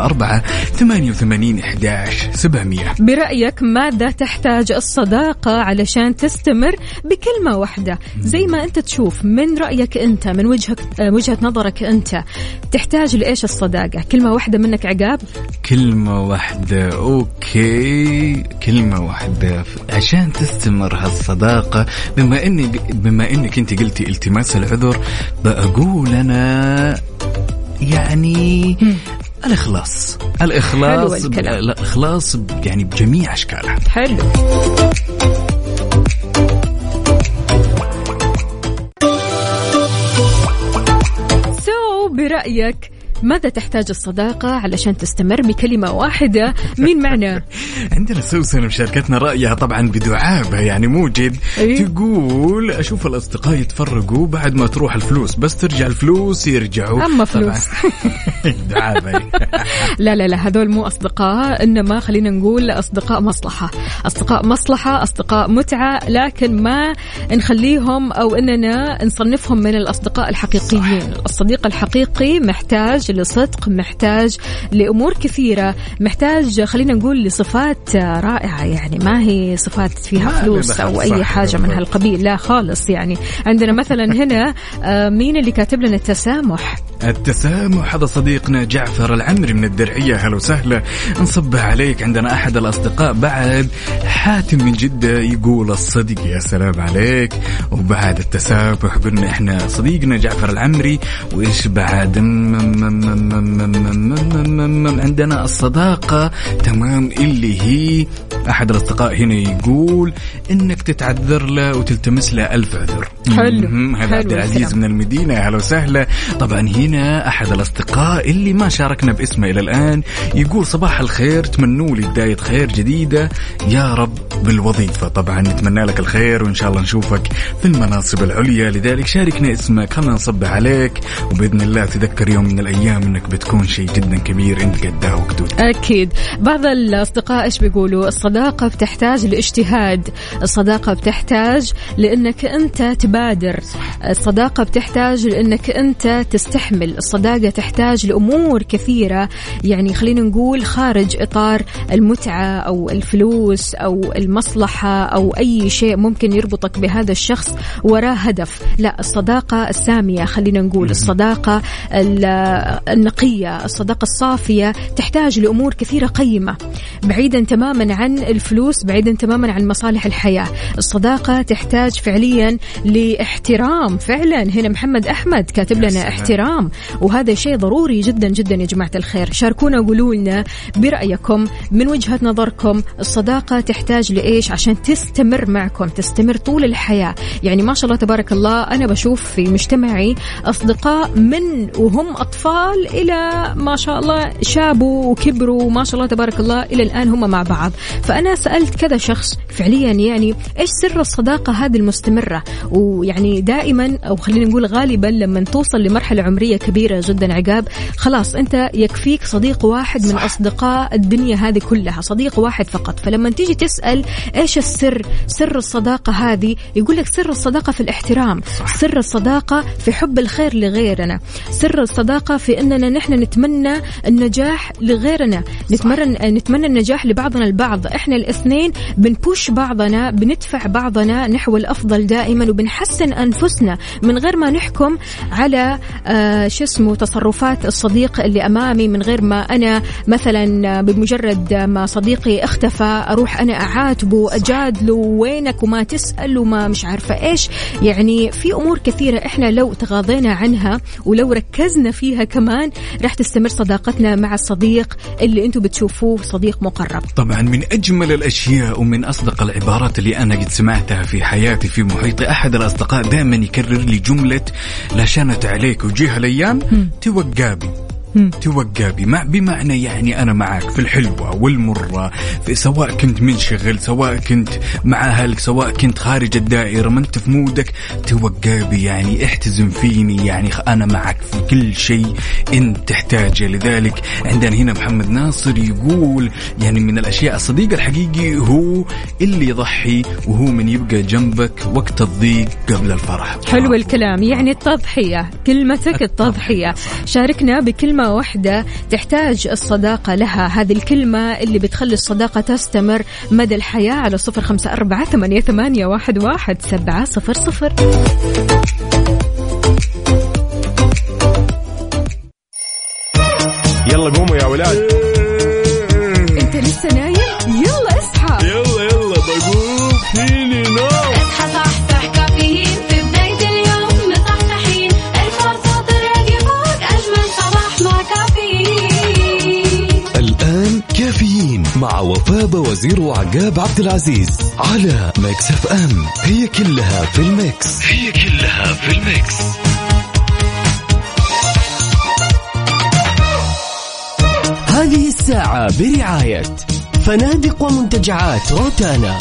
S5: 0548811700.
S2: برأيك ماذا تحتاج الصداقة علشان تستمر؟ بكلمة واحدة زي ما أنت تشوف. من رأيك أنت، من وجهة نظرك أنت، تحتاج لإيش الصداقة؟ كلمة واحدة منك عقاب؟
S5: كلمة واحدة أوكي، كلمة واحدة عشان تستمر هالصداقة. بما إنك أنت قلتي التماس العذر، بقول أنا يعني الإخلاص يعني بجميع أشكالها.
S2: حلو. برأيك ماذا تحتاج الصداقة علشان تستمر؟ بكلمة واحدة. مين معنا؟
S5: عندنا سوسن مشاركتنا رأيها طبعا بدعابة، يعني موجد. تقول أشوف الأصدقاء يتفرقوا بعد ما تروح الفلوس، بس ترجع الفلوس يرجعوا.
S2: أما فلوس
S5: دعابة.
S2: لا هذول مو أصدقاء، إنما خلينا نقول أصدقاء مصلحة، أصدقاء متعة، لكن ما نخليهم أو إننا نصنفهم من الأصدقاء الحقيقيين.
S5: صح.
S2: الصديق الحقيقي محتاج لصدق، محتاج لأمور كثيرة، محتاج خلينا نقول لصفات رائعة، يعني ما هي صفات فيها فلوس أو أي حاجة من هالقبيل، لا خالص. يعني عندنا مثلا هنا مين اللي كاتب لنا التسامح؟
S5: هذا صديقنا جعفر العمري من الدرعية. هلا وسهلا، نصبح عليك. عندنا أحد الأصدقاء بعد حاتم من جدة يقول الصدق. يا سلام عليك. وبعد التسامح قلنا إحنا صديقنا جعفر العمري. وإيش بعد؟ عندنا الصداقة تمام، اللي هي أحد الأصدقاء هنا يقول إنك تتعذر له وتلتمس له 1000 عذر.
S2: حلو.
S5: هذا عبد العزيز من المدينة. هلا وسهلا. طبعا هنا عندنا أحد الأصدقاء اللي ما شاركنا باسمه إلى الآن، يقول صباح الخير، تمنوا لي بداية خير جديدة يا رب بالوظيفة. طبعا نتمنى لك الخير وإن شاء الله نشوفك في المناصب العليا، لذلك شاركنا اسمك، خلنا نصبح عليك، وبإذن الله تذكر يوم من الأيام أنك بتكون شيء جدا كبير أنت قداه وقدود.
S2: أكيد. بعض الأصدقاء إيش بيقولوا؟ الصداقة بتحتاج لاجتهاد، الصداقة بتحتاج لأنك أنت تبادر، الصداقة بتحتاج لأنك أنت تستحمل، الصداقة تحتاج لأمور كثيرة، يعني خلينا نقول خارج إطار المتعة أو الفلوس أو المصلحة أو أي شيء ممكن يربطك بهذا الشخص وراه هدف. لا، الصداقة السامية خلينا نقول، الصداقة النقية، الصداقة الصافية تحتاج لأمور كثيرة قيمة، بعيدا تماما عن الفلوس، بعيدا تماما عن مصالح الحياة. الصداقة تحتاج فعليا لاحترام. فعلا هنا محمد أحمد كاتب لنا احترام، وهذا شيء ضروري جدا جدا يا جماعة الخير. شاركونا وقولوا لنا برأيكم من وجهة نظركم، الصداقة تحتاج لإيش عشان تستمر معكم، تستمر طول الحياة؟ يعني ما شاء الله تبارك الله، أنا بشوف في مجتمعي أصدقاء من وهم أطفال إلى ما شاء الله شابوا وكبروا ما شاء الله تبارك الله إلى الآن هم مع بعض. فأنا سألت كذا شخص فعليا يعني إيش سر الصداقة هذه المستمرة؟ ويعني دائما أو خلينا نقول غالبا لما توصل لمرحلة عمرية كبيرة جدا عقاب، خلاص أنت يكفيك صديق واحد من أصدقاء الدنيا هذه كلها، صديق واحد فقط. فلما تيجي تسأل إيش السر، سر الصداقة هذه، يقول لك سر الصداقة في الاحترام، سر الصداقة في حب الخير لغيرنا، سر الصداقة في أننا نحن نتمنى النجاح لغيرنا، نتمنى النجاح لبعضنا البعض، إحنا الاثنين بنبوش بعضنا، بندفع بعضنا نحو الأفضل دائما، وبنحسن أنفسنا من غير ما نحكم على تصرفات الصديق اللي أمامي، من غير ما أنا مثلا بمجرد ما صديقي اختفى أروح أنا أعاتبه أجادله وينك وما تسأل وما مش عارفة إيش. يعني في أمور كثيرة إحنا لو تغاضينا عنها ولو ركزنا فيها كمان راح تستمر صداقتنا مع الصديق اللي أنتوا بتشوفوه صديق مقرب.
S5: طبعا من أجمل الأشياء ومن أصدق العبارات اللي أنا قد سمعتها في حياتي في محيطي، أحد الأصدقاء دائما يكرر لي جملة لا شانت عليك وجيها الأيام توقابي توقابي، بمعنى يعني أنا معك في الحلوة والمرة، سواء كنت منشغل، سواء كنت مع أهلك، سواء كنت خارج الدائرة، ما أنت في مودك، توقابي يعني احتزم فيني، يعني أنا معك في كل شيء أنت تحتاجه. لذلك عندنا هنا محمد ناصر يقول يعني من الأشياء الصديق الحقيقي هو اللي يضحي، وهو من يبقى جنبك وقت الضيق قبل الفرح.
S2: حلو الكلام، يعني التضحية، كلمتك التضحية. شاركنا بكلمة واحدة تحتاج الصداقة لها، هذه الكلمة اللي بتخلي الصداقة تستمر مدى الحياة، على 0548811700.
S6: يلا قوموا يا ولاد.
S2: انت لسه نايم؟ يلا اصحى.
S6: يلا بقوم فيني نوم.
S3: اصحى صحصح كافيين في بداية اليوم مصحصحين، الفرصة تراقي فوق أجمل صباح مع كافيين.
S4: الآن كافيين مع وفاء وزير وعقاب عبد العزيز على ميكس اف ام، هي كلها في الميكس، هي كلها في الميكس.
S7: هذه الساعة برعاية فنادق ومنتجعات روتانا.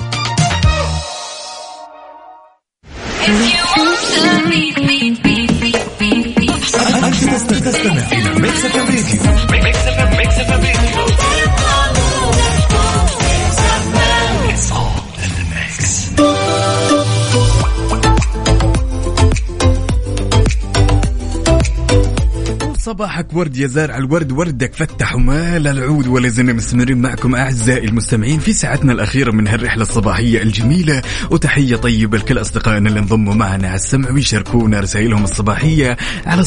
S4: أنت تستمع إلى ميكس اف ام راديو. ميكس اف ام راديو.
S5: صباحك ورد يا زارع الورد، وردك فتح ومال العود، ولا زلنا مستمرين معكم أعزائي المستمعين في ساعتنا الأخيرة من هالرحلة الصباحية الجميلة. وتحية طيبة لكل أصدقائنا اللي انضموا معنا على السمع ويشاركونا رسائلهم الصباحية على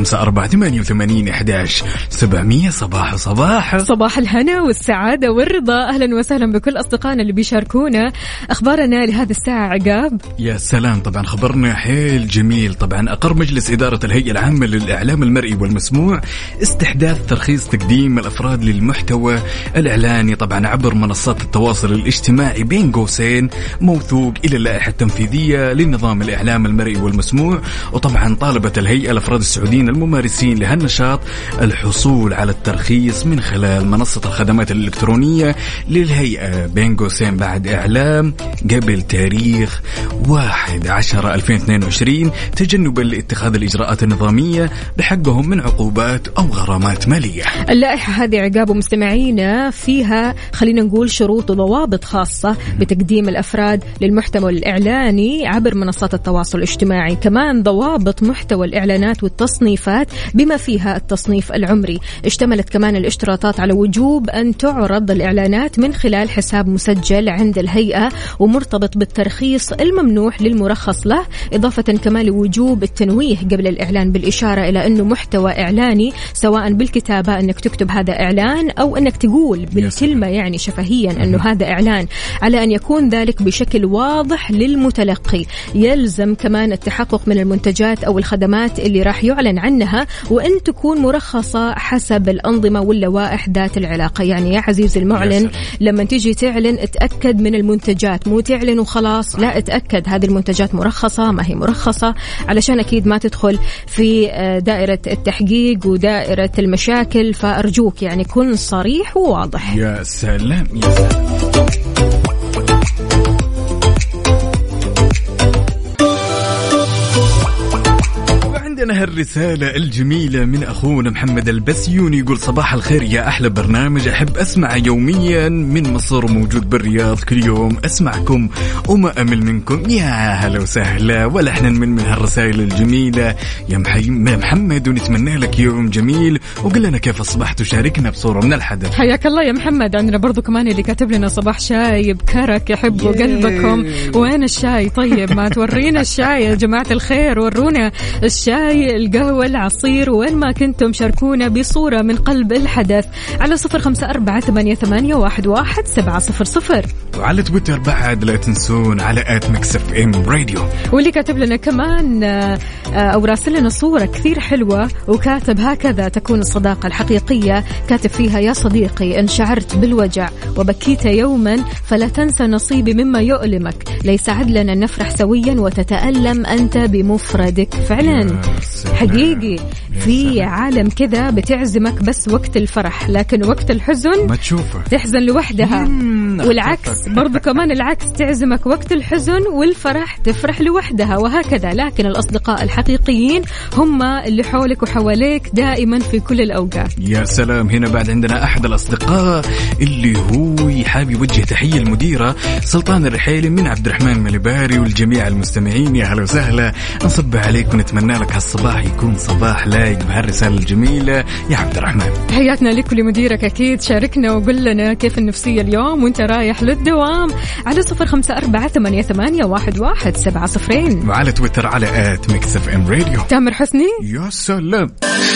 S5: 0548811700. صباح
S2: الهنا والسعادة والرضا. أهلا وسهلا بكل أصدقائنا اللي بيشاركونا أخبارنا لهذه الساعة. عقاب
S5: يا سلام، طبعا خبرنا حيل جميل. طبعا أقر مجلس إدارة الهيئة العامة للإعلام المرئي والمسموع والمسموع، استحداث ترخيص تقديم الأفراد للمحتوى الإعلاني طبعا عبر منصات التواصل الاجتماعي بين قوسين موثوق إلى اللائحة التنفيذية لنظام الإعلام المرئي والمسموع. وطبعا طالبت الهيئة الأفراد السعوديين الممارسين لهالنشاط الحصول على الترخيص من خلال منصة الخدمات الإلكترونية للهيئة بين قوسين بعد إعلام قبل تاريخ 1/10/2022 تجنبا لاتخاذ الإجراءات النظامية بحقهم من عقوبات أو غرامات مالية.
S2: اللائحة هذه عقاب مستمعينا فيها خلينا نقول شروط وضوابط خاصة بتقديم الأفراد للمحتوى الإعلاني عبر منصات التواصل الاجتماعي، كمان ضوابط محتوى الإعلانات والتصنيفات بما فيها التصنيف العمري. اشتملت كمان الاشتراطات على وجوب أن تعرض الإعلانات من خلال حساب مسجل عند الهيئة ومرتبط بالترخيص الممنوح للمرخص له، إضافة كمان لوجوب التنويه قبل الإعلان بالإشارة إلى أنه محتوى إعلاني، سواء بالكتابة أنك تكتب هذا إعلان أو أنك تقول بالكلمة يعني شفهيا أنه هذا إعلان، على أن يكون ذلك بشكل واضح للمتلقي. يلزم كمان التحقق من المنتجات أو الخدمات اللي راح يعلن عنها وأن تكون مرخصة حسب الأنظمة واللوائح ذات العلاقة. يعني يا عزيزي المعلن لما تيجي تعلن اتأكد من المنتجات، مو تعلن وخلاص، لا اتأكد هذه المنتجات مرخصة ما هي مرخصة، علشان أكيد ما تدخل في دائرة التحقيق ودائرة المشاكل. فأرجوك يعني كن صريح وواضح.
S5: يا سلام يا سلام. عندنا هالرسالة الجميلة من أخونا محمد البسيوني، يقول صباح الخير يا أحلى برنامج أحب أسمع يوميا من مصر، موجود بالرياض كل يوم أسمعكم وما أمل منكم. يا هلا وسهلا، ولا احنا من هالرسائل الجميلة يا محمد، ونتمنى لك يوم جميل. وقل لنا كيف أصبحت وشاركنا بصورة من الحدث.
S2: حياك الله يا محمد. عندنا برضو كمان اللي كاتب لنا صباح شاي بكرك يحبوا قلبكم. وين الشاي؟ طيب ما تورينا الشاي يا جماعة الخير، ورونا الشاي القهوة العصير وين ما كنتم، شاركونا بصورة من قلب الحدث على 0548811700.
S5: وعلى تويتر بعد لا تنسون على @mixfmradio.
S2: واللي كاتب لنا كمان أو راسل لنا صورة كثير حلوة وكاتب هكذا تكون الصداقة الحقيقية، كاتب فيها يا صديقي إن شعرت بالوجع وبكيت يوما فلا تنسى نصيبي مما يؤلمك، ليس عدلا أن نفرح سويا وتتألم أنت بمفردك. فعلا حقيقي في عالم كذا بتعزمك بس وقت الفرح، لكن وقت الحزن
S5: ما تشوفه
S2: تحزن لوحدها، والعكس برضو كمان العكس، تعزمك وقت الحزن والفرح تفرح لوحدها، وهكذا. لكن الأصدقاء الحقيقيين هم اللي حولك وحواليك دائما في كل الأوقات.
S5: يا سلام. هنا بعد عندنا أحد الأصدقاء اللي هو حابب يوجه تحية المديرة سلطان الرحيلي من عبد الرحمن مليباري والجميع المستمعين. يا هلا وسهلا، نصب عليك ونتمنى لك هالصباح يكون صباح لايق بهالرسالة الجميلة يا عبد الرحمن.
S2: حياتنا لك ولمديرك أكيد. شاركنا وقل لنا كيف النفسية اليوم وانت رايح للدوام على 0548811700
S5: وعلى تويتر على @mixfmradio.
S2: تامر حسني.
S5: يا سلام.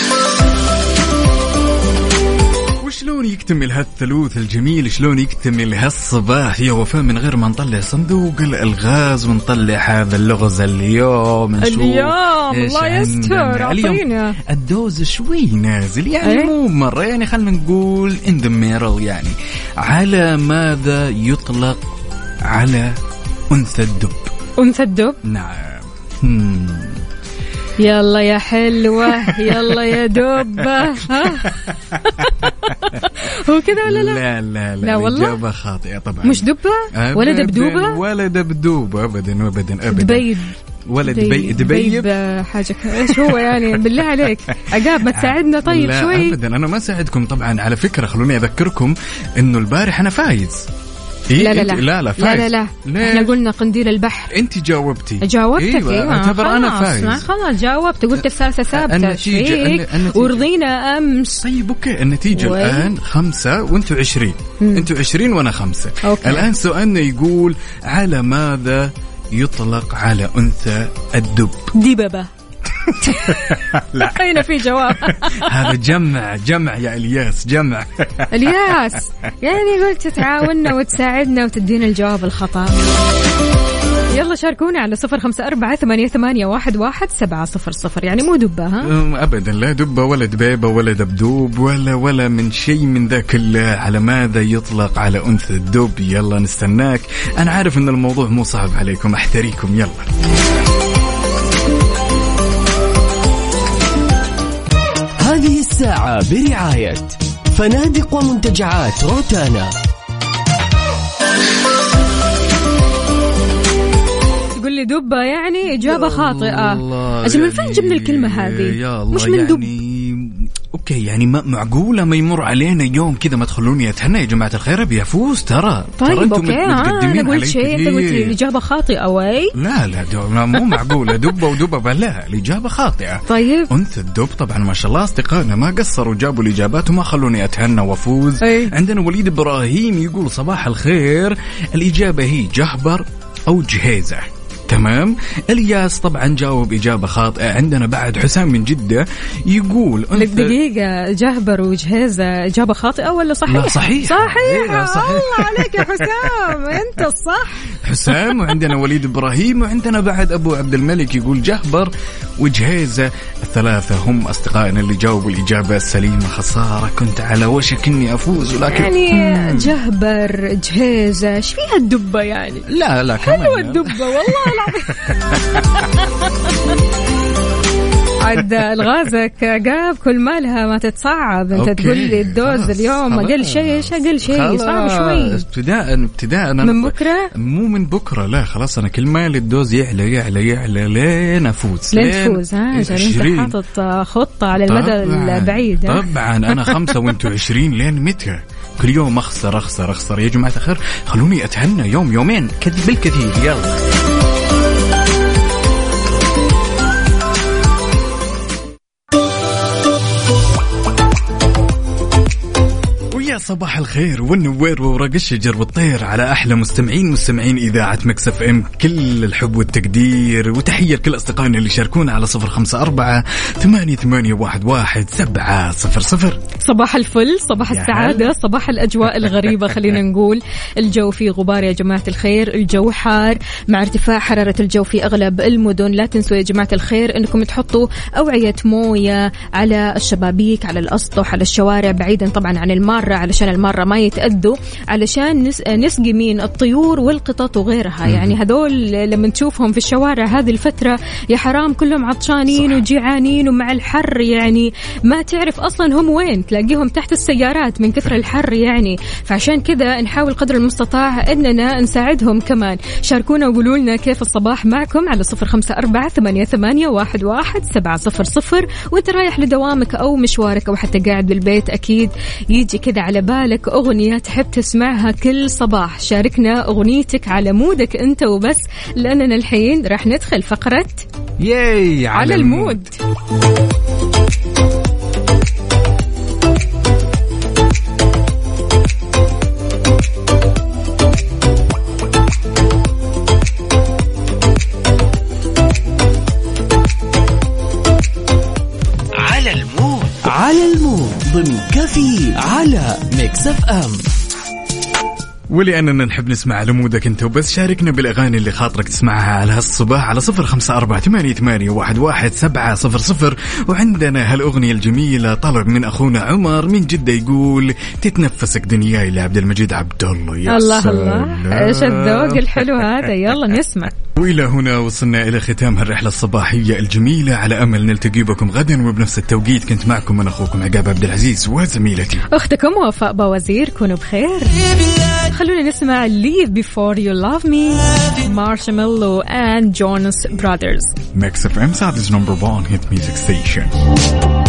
S5: شلون يكتمل هالثلوث الجميل، شلون يكتمل هالصباح يا وفاء من غير ما نطلع صندوق الألغاز ونطلع هذا اللغز اليوم.
S2: الله يستر.
S5: عطينا الدوز شوي نازل يعني مو مرة، يعني خلنا نقول in the middle. يعني على ماذا يطلق على أنثى الدب؟
S2: أنثى الدب؟
S5: نعم.
S2: يلا يا حلوة، يلا يا دبة. هو كذا ولا لا؟
S5: لا
S2: والله
S5: إجابة خاطئة طبعا.
S2: مش دبة ولا دبدوبة
S5: ولا دبدوبة أبدا أبدا أبدا.
S2: دبيب
S5: ولا دبيب
S2: حاجة إيش هو يعني؟ بالله عليك عقاب ما تساعدنا طيب
S5: لا
S2: شوي.
S5: أبدا أنا ما ساعدكم طبعا. على فكرة خلوني أذكركم إنه البارح أنا فايز.
S2: لا لا لا
S5: لا فايز.
S2: لا احنا قلنا قنديل البحر.
S5: انت جاوبتك
S2: ايوه
S5: اعتبر انا فايز.
S2: خلاص جاوبت، قلت الثالثة ثابتة فيك ورضينا امس.
S5: طيب اوكي النتيجة الان 5 وانتوا 20. انتوا 20 وانا 5. الان سؤالنا يقول على ماذا يطلق على انثى الدب؟
S2: دببة.
S5: لا
S2: أين في جواب؟
S5: هذا جمع يا إلياس، جمع.
S2: إلياس يعني قلت تعاوننا وتساعدنا وتدينا الجواب الخطأ. يلا شاركونا على 0548811700. يعني مو دبة ها؟
S5: أبدا لا دبة ولا دبيبة ولا دبدوب ولا من شيء من ذا كله. على ماذا يطلق على أنثى الدب؟ يلا نستناك. أنا عارف أن الموضوع مو صعب عليكم، أحتريكم. يلا
S7: هذه الساعة برعاية فنادق ومنتجعات روتانا.
S2: تقول لي دبة يعني إجابة خاطئة. أجل من فين جبنا الكلمة هذه؟ مش من دب.
S5: اوكي يعني ما معقوله ما يمر علينا يوم كذا ما تخلوني اتهنى يا جماعه الخير ابي افوز. ترى
S2: طيب
S5: انتم
S2: متقدمين علي شيء. انت قلت لي الاجابه خاطئه وي.
S5: لا مو معقوله. دبه ودبه لا الاجابه خاطئه.
S2: طيب
S5: انثى الدب طبعا ما شاء الله اصدقائنا ما قصروا جابوا الاجابات وما خلوني اتهنى وافوز. عندنا وليد ابراهيم يقول صباح الخير، الاجابه هي جهبر او جهيزه. تمام. الياس طبعا جاوب إجابة خاطئة. عندنا بعد حسام من جدة يقول
S2: دقيقة جهبر وجهيزة إجابة خاطئة ولا صحيح؟
S5: لا صحيح.
S2: الله عليك يا حسام أنت الصح
S5: حسام. وعندنا وليد إبراهيم وعندنا بعد أبو عبد الملك يقول جهبر وجهيزة. الثلاثة هم أصدقائنا اللي جاوبوا الإجابة السليمة. خسارة كنت على وشك إني أفوز ولكن
S2: يعني جهبر جهيزة إيش فيها الدبة يعني؟
S5: لا
S2: حلوة الدبة والله عد الغازك عقاب كل مالها ما تتصعب. انت تقول لي الدوز اليوم اقل شيء. ايش اقل شيء؟ صعب شوي.
S5: ابتداء
S2: من بكره
S5: مو من بكره لا خلاص انا كل مال الدوز يعلى لين افوز.
S2: لين تفوز. انت حاطط خطه على المدى البعيد.
S5: طبعا انا 5 وانتو 20 لين متى؟ كل يوم اخسر يا جماعه الخير. خلوني اتهنى يوم يومين بالكثير. يلا صباح الخير والنوير وورق الشجر والطير على أحلى مستمعين إذاعة ميكس اف ام. كل الحب والتقدير وتحية لكل أصدقائنا اللي شاركونا على 0548811700.
S2: صباح الفل، صباح السعادة، صباح الأجواء الغريبة. خلينا نقول الجو فيه غبار يا جماعة الخير، الجو حار مع ارتفاع حرارة الجو في أغلب المدن. لا تنسوا يا جماعة الخير أنكم تحطوا أوعية موية على الشبابيك، على الأسطح، على الشوارع، بعيدا طبعا عن المارة علشان المرة ما يتأذوا، علشان نسقي مين الطيور والقطط وغيرها. يعني هذول لما نشوفهم في الشوارع هذه الفترة يا حرام كلهم عطشانين وجيعانين ومع الحر يعني ما تعرف أصلا هم وين، تلاقيهم تحت السيارات من كثر الحر يعني. فعشان كذا نحاول قدر المستطاع أننا نساعدهم كمان. شاركونا وقولوا لنا كيف الصباح معكم على 0548811700. وانت رايح لدوامك أو مشوارك أو حتى قاعد بالبيت أكيد يجي كذا على بالك أغنية تحب تسمعها كل صباح. شاركنا أغنيتك على مودك أنت وبس، لأننا الحين راح ندخل فقرة
S5: ياي
S2: على المود.
S7: على المود ضمن كافيين على ميكس اف ام.
S5: ولأننا نحب نسمع على مودك انت وبس، شاركنا بالأغاني اللي خاطرك تسمعها على هالصباح على 0548811700. وعندنا هالأغنية الجميلة طلب من أخونا عمر من جدة يقول تتنفسك دنياي لعبد المجيد عبد الله. يا
S2: الله الله ايش الذوق الحلو هذا. يلا نسمع.
S5: وإلى هنا وصلنا إلى ختام هالرحلة الصباحية الجميلة. على أمل نلتقي بكم غدا وبنفس التوقيت. كنت معكم من أخوكم عقاب عبد العزيز وزميلتي
S2: أختكم وفاء بوزير. كونوا بخير. خلونا نسمع Leave Before You Love Me Marshmello and Jonas Brothers.
S5: Mix FM South's #1 hit music station.